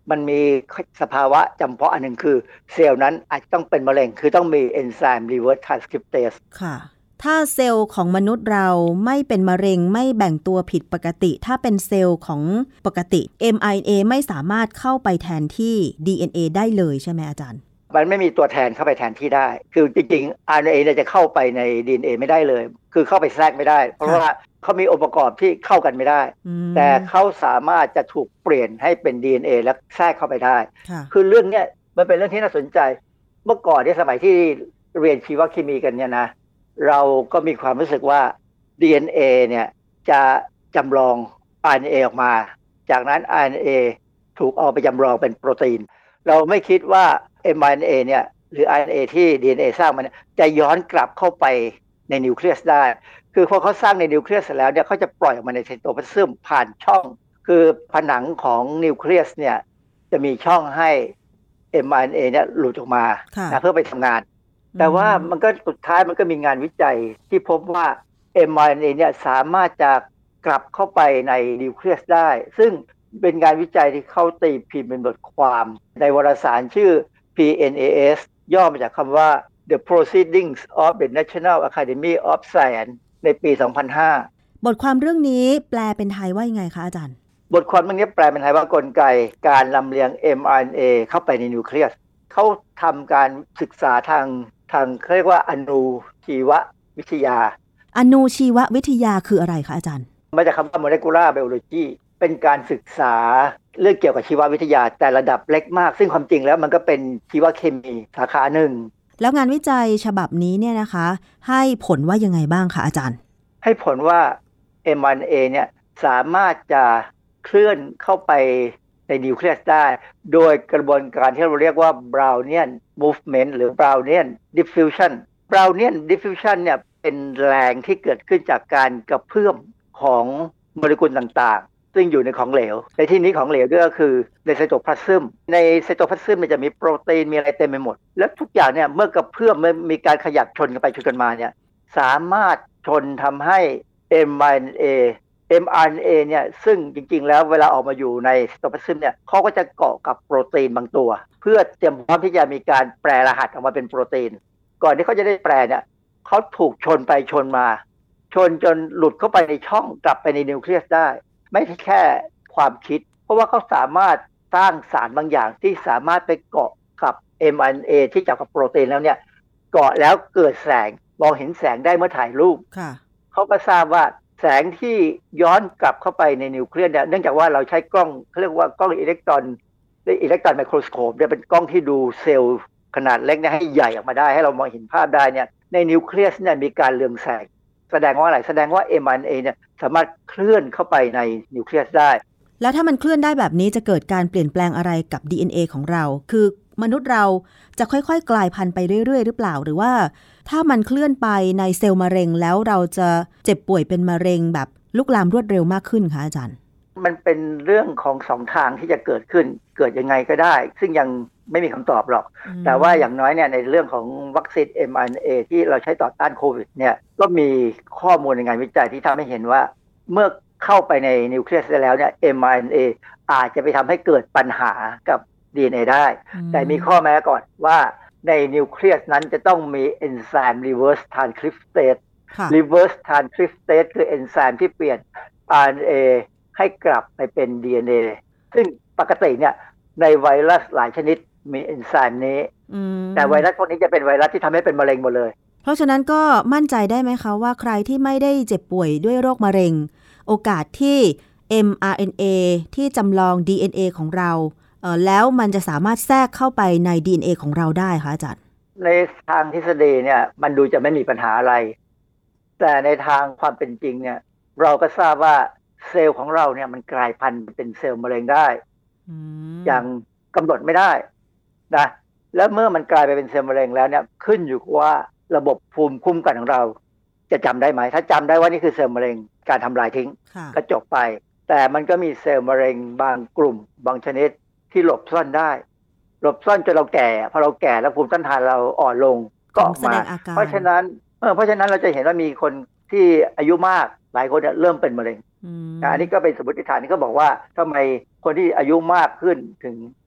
มันมีสภาวะจำเพาะอันหนึ่งคือเซลล์นั้นอาจจะต้องเป็นมะเร็งคือต้องมีเอนไซม์ reverse transcriptase ค่ะถ้าเซลล์ของมนุษย์เราไม่เป็นมะเร็งไม่แบ่งตัวผิดปกติถ้าเป็นเซลล์ของปกติ เอ็ม อาร์ เอ็น เอ ไม่สามารถเข้าไปแทนที่ ดี เอ็น เอ ได้เลยใช่ไหมอาจารย์มันไม่มีตัวแทนเข้าไปแทนที่ได้คือจริงๆ อาร์ เอ็น เอ เนี่ยจะเข้าไปใน ดี เอ็น เอ ไม่ได้เลยคือเข้าไปแทรกไม่ได้เพราะว่าเขามีองค์ประกอบที่เข้ากันไม่ได้แต่เขาสามารถจะถูกเปลี่ยนให้เป็น ดี เอ็น เอ แล้วแทรกเข้าไปได้คือเรื่องเนี้ยมันเป็นเรื่องที่น่าสนใจเมื่อก่อนที่สมัยที่เรียนชีวเคมีกันเนี่ยนะเราก็มีความรู้สึกว่า ดี เอ็น เอ เนี่ยจะจำลอง อาร์ เอ็น เอ ออกมาจากนั้น อาร์ เอ็น เอ ถูกเอาไปจำลองเป็นโปรตีนเราไม่คิดว่า เอ็ม อาร์ เอ็น เอ เนี่ยหรือ อาร์ เอ็น เอ ที่ ดี เอ็น เอ สร้างมันจะย้อนกลับเข้าไปในนิวเคลียสได้คือพอเขาสร้างในนิวเคลียสเสร็จแล้วเนี่ยเขาจะปล่อยออกมาในไซโตพลาสมผ่านช่องคือผนังของนิวเคลียสเนี่ยจะมีช่องให้ เอ็ม อาร์ เอ็น เอ เนี่ยหลุดออกมานะเพื่อไปทำงานแต่ว่ามันก็สุดท้ายมันก็มีงานวิจัยที่พบว่า เอ็ม อาร์ เอ็น เอ เนี่ยสามารถจะกลับเข้าไปในนิวเคลียสได้ซึ่งเป็นงานวิจัยที่เขาตีพิมพ์เป็นบทความในวารสารชื่อ พี เอ็น เอ เอส ย่อมาจากคำว่า The Proceedings of the National Academy of Science ในปี สองพันห้าบทความเรื่องนี้แปลเป็นไทยว่ายังไงคะอาจารย์บทความเรื่องนี้แปลเป็นไทยว่ากลไกการลำเลียง เอ็ม อาร์ เอ็น เอ เข้าไปในนิวเคลียสเขาทำการศึกษาทางทางเขาเรียกว่าอนุชีววิทยาอนุชีววิทยาคืออะไรคะอาจารย์มาจากคำว่า molecular biology เป็นการศึกษาเรื่องเกี่ยวกับชีววิทยาแต่ระดับเล็กมากซึ่งความจริงแล้วมันก็เป็นชีวเคมีสาขาหนึ่งแล้วงานวิจัยฉบับนี้เนี่ยนะคะให้ผลว่ายังไงบ้างคะอาจารย์ให้ผลว่า เอ็ม อาร์ เอ็น เอ เนี่ยสามารถจะเคลื่อนเข้าไปในนิวเคลียสได้โดยกระบวนการที่เราเรียกว่า Brownian movement หรือ Brownian diffusion Brownian diffusion เนี่ยเป็นแรงที่เกิดขึ้นจากการกระเพื่อมของโมเลกุลต่างๆซึ่งอยู่ในของเหลวในที่นี้ของเหลวก็คือในไซโตพลาสมในไซโตพลาสมมันจะมีโปรตีนมีอะไรเต็มไปหมดแล้วทุกอย่างเนี่ยเมื่อกระเพื่อมเมื่อมีการขยับชนกันไปชนกันมาเนี่ยสามารถชนทำให้ เอ็ม อาร์ เอ็น เอ เอ็ม อาร์ เอ็น เอ เนี่ยซึ่งจริงๆแล้วเวลาออกมาอยู่ในไซโตพลาสมเนี่ยเขาก็จะเกาะกับโปรตีนบางตัวเพื่อเตรียมพร้อมที่จะมีการแปลรหัสออกมาเป็นโปรตีนก่อนที่เขาจะได้แปลเนี่ยเขาถูกชนไปชนมาชนจนหลุดเข้าไปในช่องกลับไปในนิวเคลียสได้ไม่ใช่แค่ความคิดเพราะว่าเขาสามารถสร้างสารบางอย่างที่สามารถไปเกาะกับ เอ็ม อาร์ เอ็น เอ ที่จับกับโปรตีนแล้วเนี่ยเกาะแล้วเกิดแสงมองเห็นแสงได้เมื่อถ่ายรูปเขาก็ทราบว่าแสงที่ย้อนกลับเข้าไปในนิวเคลียสเนี่ยเนื่องจากว่าเราใช้กล้องเขาเรียกว่ากล้องอิเล็กตรอนและอิเล็กตรอนไมโครสโคปเนี่ยเป็นกล้องที่ดูเซลล์ขนาดเล็กเนี่ยให้ใหญ่ออกมาได้ให้เรามองเห็นภาพได้เนี่ยในนิวเคลียสเนี่ยมีการเรืองแสงแสดงว่าอะไรแสดงว่า เอ็ม อาร์ เอ็น เอ เนี่ยสามารถเคลื่อนเข้าไปในนิวเคลียสได้แล้วถ้ามันเคลื่อนได้แบบนี้จะเกิดการเปลี่ยนแปลงอะไรกับ ดี เอ็น เอ ของเราคือมนุษย์เราจะค่อยๆกลายพันธุ์ไปเรื่อยๆหรือเปล่าหรือว่าถ้ามันเคลื่อนไปในเซลล์มะเร็งแล้วเราจะเจ็บป่วยเป็นมะเร็งแบบลุกลามรวดเร็วมากขึ้นคะอาจารย์มันเป็นเรื่องของสองทางที่จะเกิดขึ้นเกิดยังไงก็ได้ซึ่งยังไม่มีคำตอบหรอกแต่ว่าอย่างน้อยเนี่ยในเรื่องของวัคซีน เอ็ม อาร์ เอ็น เอ ที่เราใช้ต่อต้านโควิดเนี่ยก็มีข้อมูลในงานวิจัยที่ทำให้เห็นว่าเมื่อเข้าไปในนิวเคลียสแล้วเนี่ย เอ็ม อาร์ เอ็น เอ อาจจะไปทำให้เกิดปัญหากับ ดี เอ็น เอ ได้แต่มีข้อแม้ก่อนว่าในนิวเคลียสนั้นจะต้องมีเอนไซม์ reverse transcriptase reverse transcriptase คือเอนไซม์ที่เปลี่ยน อาร์ เอ็น เอ ให้กลับไปเป็น ดี เอ็น เอ ซึ่งปกติเนี่ยในไวรัสหลายชนิดมีเอนไซม์นี้แต่ไวรัสพวกนี้จะเป็นไวรัสที่ทำให้เป็นมะเร็งหมดเลยเพราะฉะนั้นก็มั่นใจได้ไหมคะว่าใครที่ไม่ได้เจ็บป่วยด้วยโรคมะเร็งโอกาสที่ เอ็ม อาร์ เอ็น เอ ที่จำลอง ดี เอ็น เอ ของเราเอ่อแล้วมันจะสามารถแทรกเข้าไปใน ดี เอ็น เอ ของเราได้คะอาจารย์ในทางทฤษฎีเนี่ยมันดูจะไม่มีปัญหาอะไรแต่ในทางความเป็นจริงเนี่ยเราก็ทราบว่าเซลล์ของเราเนี่ยมันกลายพันธุ์เป็นเซลล์มะเร็งได้อย่างกำหนดไม่ได้นะแล้วเมื่อมันกลายไปเป็นเซลล์มะเร็งแล้วเนี่ยขึ้นอยู่ว่าระบบภูมิคุ้มกันของเราจะจำได้ไหมถ้าจำได้ว่านี่คือเซลล์มะเร็งการทำลายทิ้งก็จบไปแต่มันก็มีเซลล์มะเร็งบางกลุ่มบางชนิดที่หลบซ่อนได้หลบซ่อนจนเราแก่พอเราแก่แล้วภูมิต้านทานเราอ่อนลงก็ออกมาเพราะฉะนั้นเออเพราะฉะนั้นเราจะเห็นว่ามีคนที่อายุมากหลายคนเนี่ยเริ่มเป็นมะเร็งอันนี้ก็เป็นสมมติฐานที่เขาบอกว่าทำไมคนที่อายุมากขึ้นถึง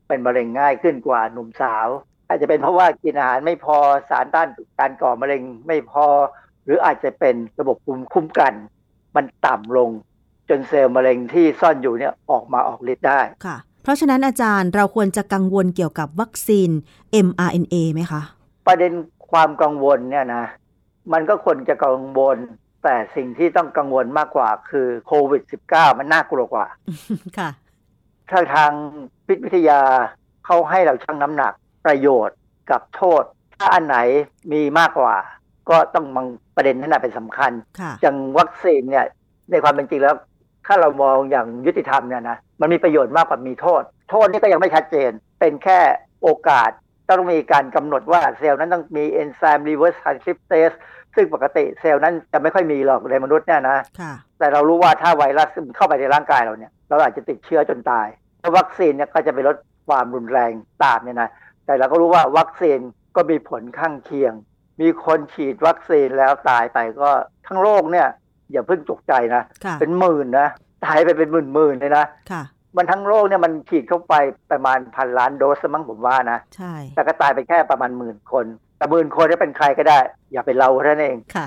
เป็นมะเร็งง่ายขึ้นกว่าหนุ่มสาวอาจจะเป็นเพราะว่ากินอาหารไม่พอสารต้านการก่อมะเร็งไม่พอหรืออาจจะเป็นระบบภูมิคุ้มกันมันต่ำลงจนเซลล์มะเร็งที่ซ่อนอยู่เนี่ยออกมาออกฤทธิ์ได้ค่ะเพราะฉะนั้นอาจารย์เราควรจะกังวลเกี่ยวกับวัคซีน เอ็ม อาร์ เอ็น เอ ไหมคะประเด็นความกังวลเนี่ยนะมันก็ควรจะกังวลแต่สิ่งที่ต้องกังวลมากกว่าคือโควิด สิบเก้า มันน่ากลัวกว่าค่ะถ้าทางวิทยาเขาให้เราชั่งน้ำหนักประโยชน์กับโทษถ้าอันไหนมีมากกว่าก็ต้องมองประเด็นนั้นเป็นสำคัญอย่างวัคซีนเนี่ยในความเป็นจริงแล้วถ้าเรามองอย่างยุติธรรมเนี่ยนะมันมีประโยชน์มากกว่ามีโทษโทษนี่ก็ยังไม่ชัดเจนเป็นแค่โอกาสต้องมีการกำหนดว่าเซลล์นั้นต้องมีเอนไซม์รีเวิร์สทรานสคริปเตสซึ่งปกติเซลล์นั้นจะไม่ค่อยมีหรอกในมนุษย์เนี่ยนะแต่เรารู้ว่าถ้าไวรัสเข้าไปในร่างกายเราเนี่ยเราอาจจะติดเชื้อจนตายถ้าวัคซีนเนี่ยก็จะไปลดความรุนแรงตามเนี่ยนะแต่เราก็รู้ว่าวัคซีนก็มีผลข้างเคียงมีคนฉีดวัคซีนแล้วตายไปก็ทั้งโลกเนี่ยอย่าเพิ่งตกใจนะเป็นหมื่นนะตายไปเป็นหมื่นๆเลยนะมันทั้งโลกเนี่ยมันฉีดเข้าไปประมาณพันล้านโดสมั้งผมว่านะใช่แต่ก็ตายไปแค่ประมาณหมื่นคนแต่หมื่นคนจะเป็นใครก็ได้อย่าเป็นเราเท่านั้นเองค่ะ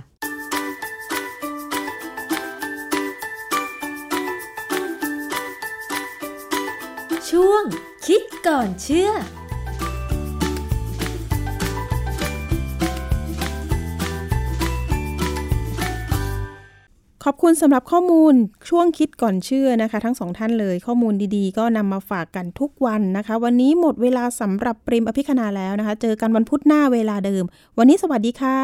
ช่วงคิดก่อนเชื่อขอบคุณสำหรับข้อมูลช่วงคิดก่อนเชื่อนะคะทั้งสองท่านเลยข้อมูลดีๆก็นำมาฝากกันทุกวันนะคะวันนี้หมดเวลาสำหรับปริมอภิคณาแล้วนะคะเจอกันวันพุธหน้าเวลาเดิมวันนี้สวัสดีค่ะ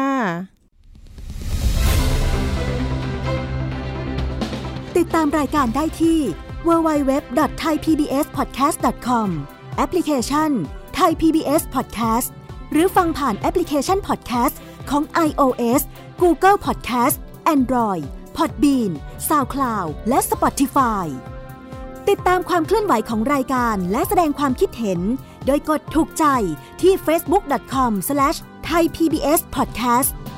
ติดตามรายการได้ที่ ดับเบิลยู ดับเบิลยู ดับเบิลยู ดอท ไทย พี บี เอส พอดแคสต์ ดอท คอม แอปพลิเคชัน Thai พี บี เอส Podcast หรือฟังผ่านแอปพลิเคชัน Podcast ของ iOS Google Podcast Android Podbean SoundCloud และ Spotify ติดตามความเคลื่อนไหวของรายการและแสดงความคิดเห็นโดยกดถูกใจที่ เฟซบุ๊ก ดอท คอม สแลช ไทย พี บี เอส พอดแคสต์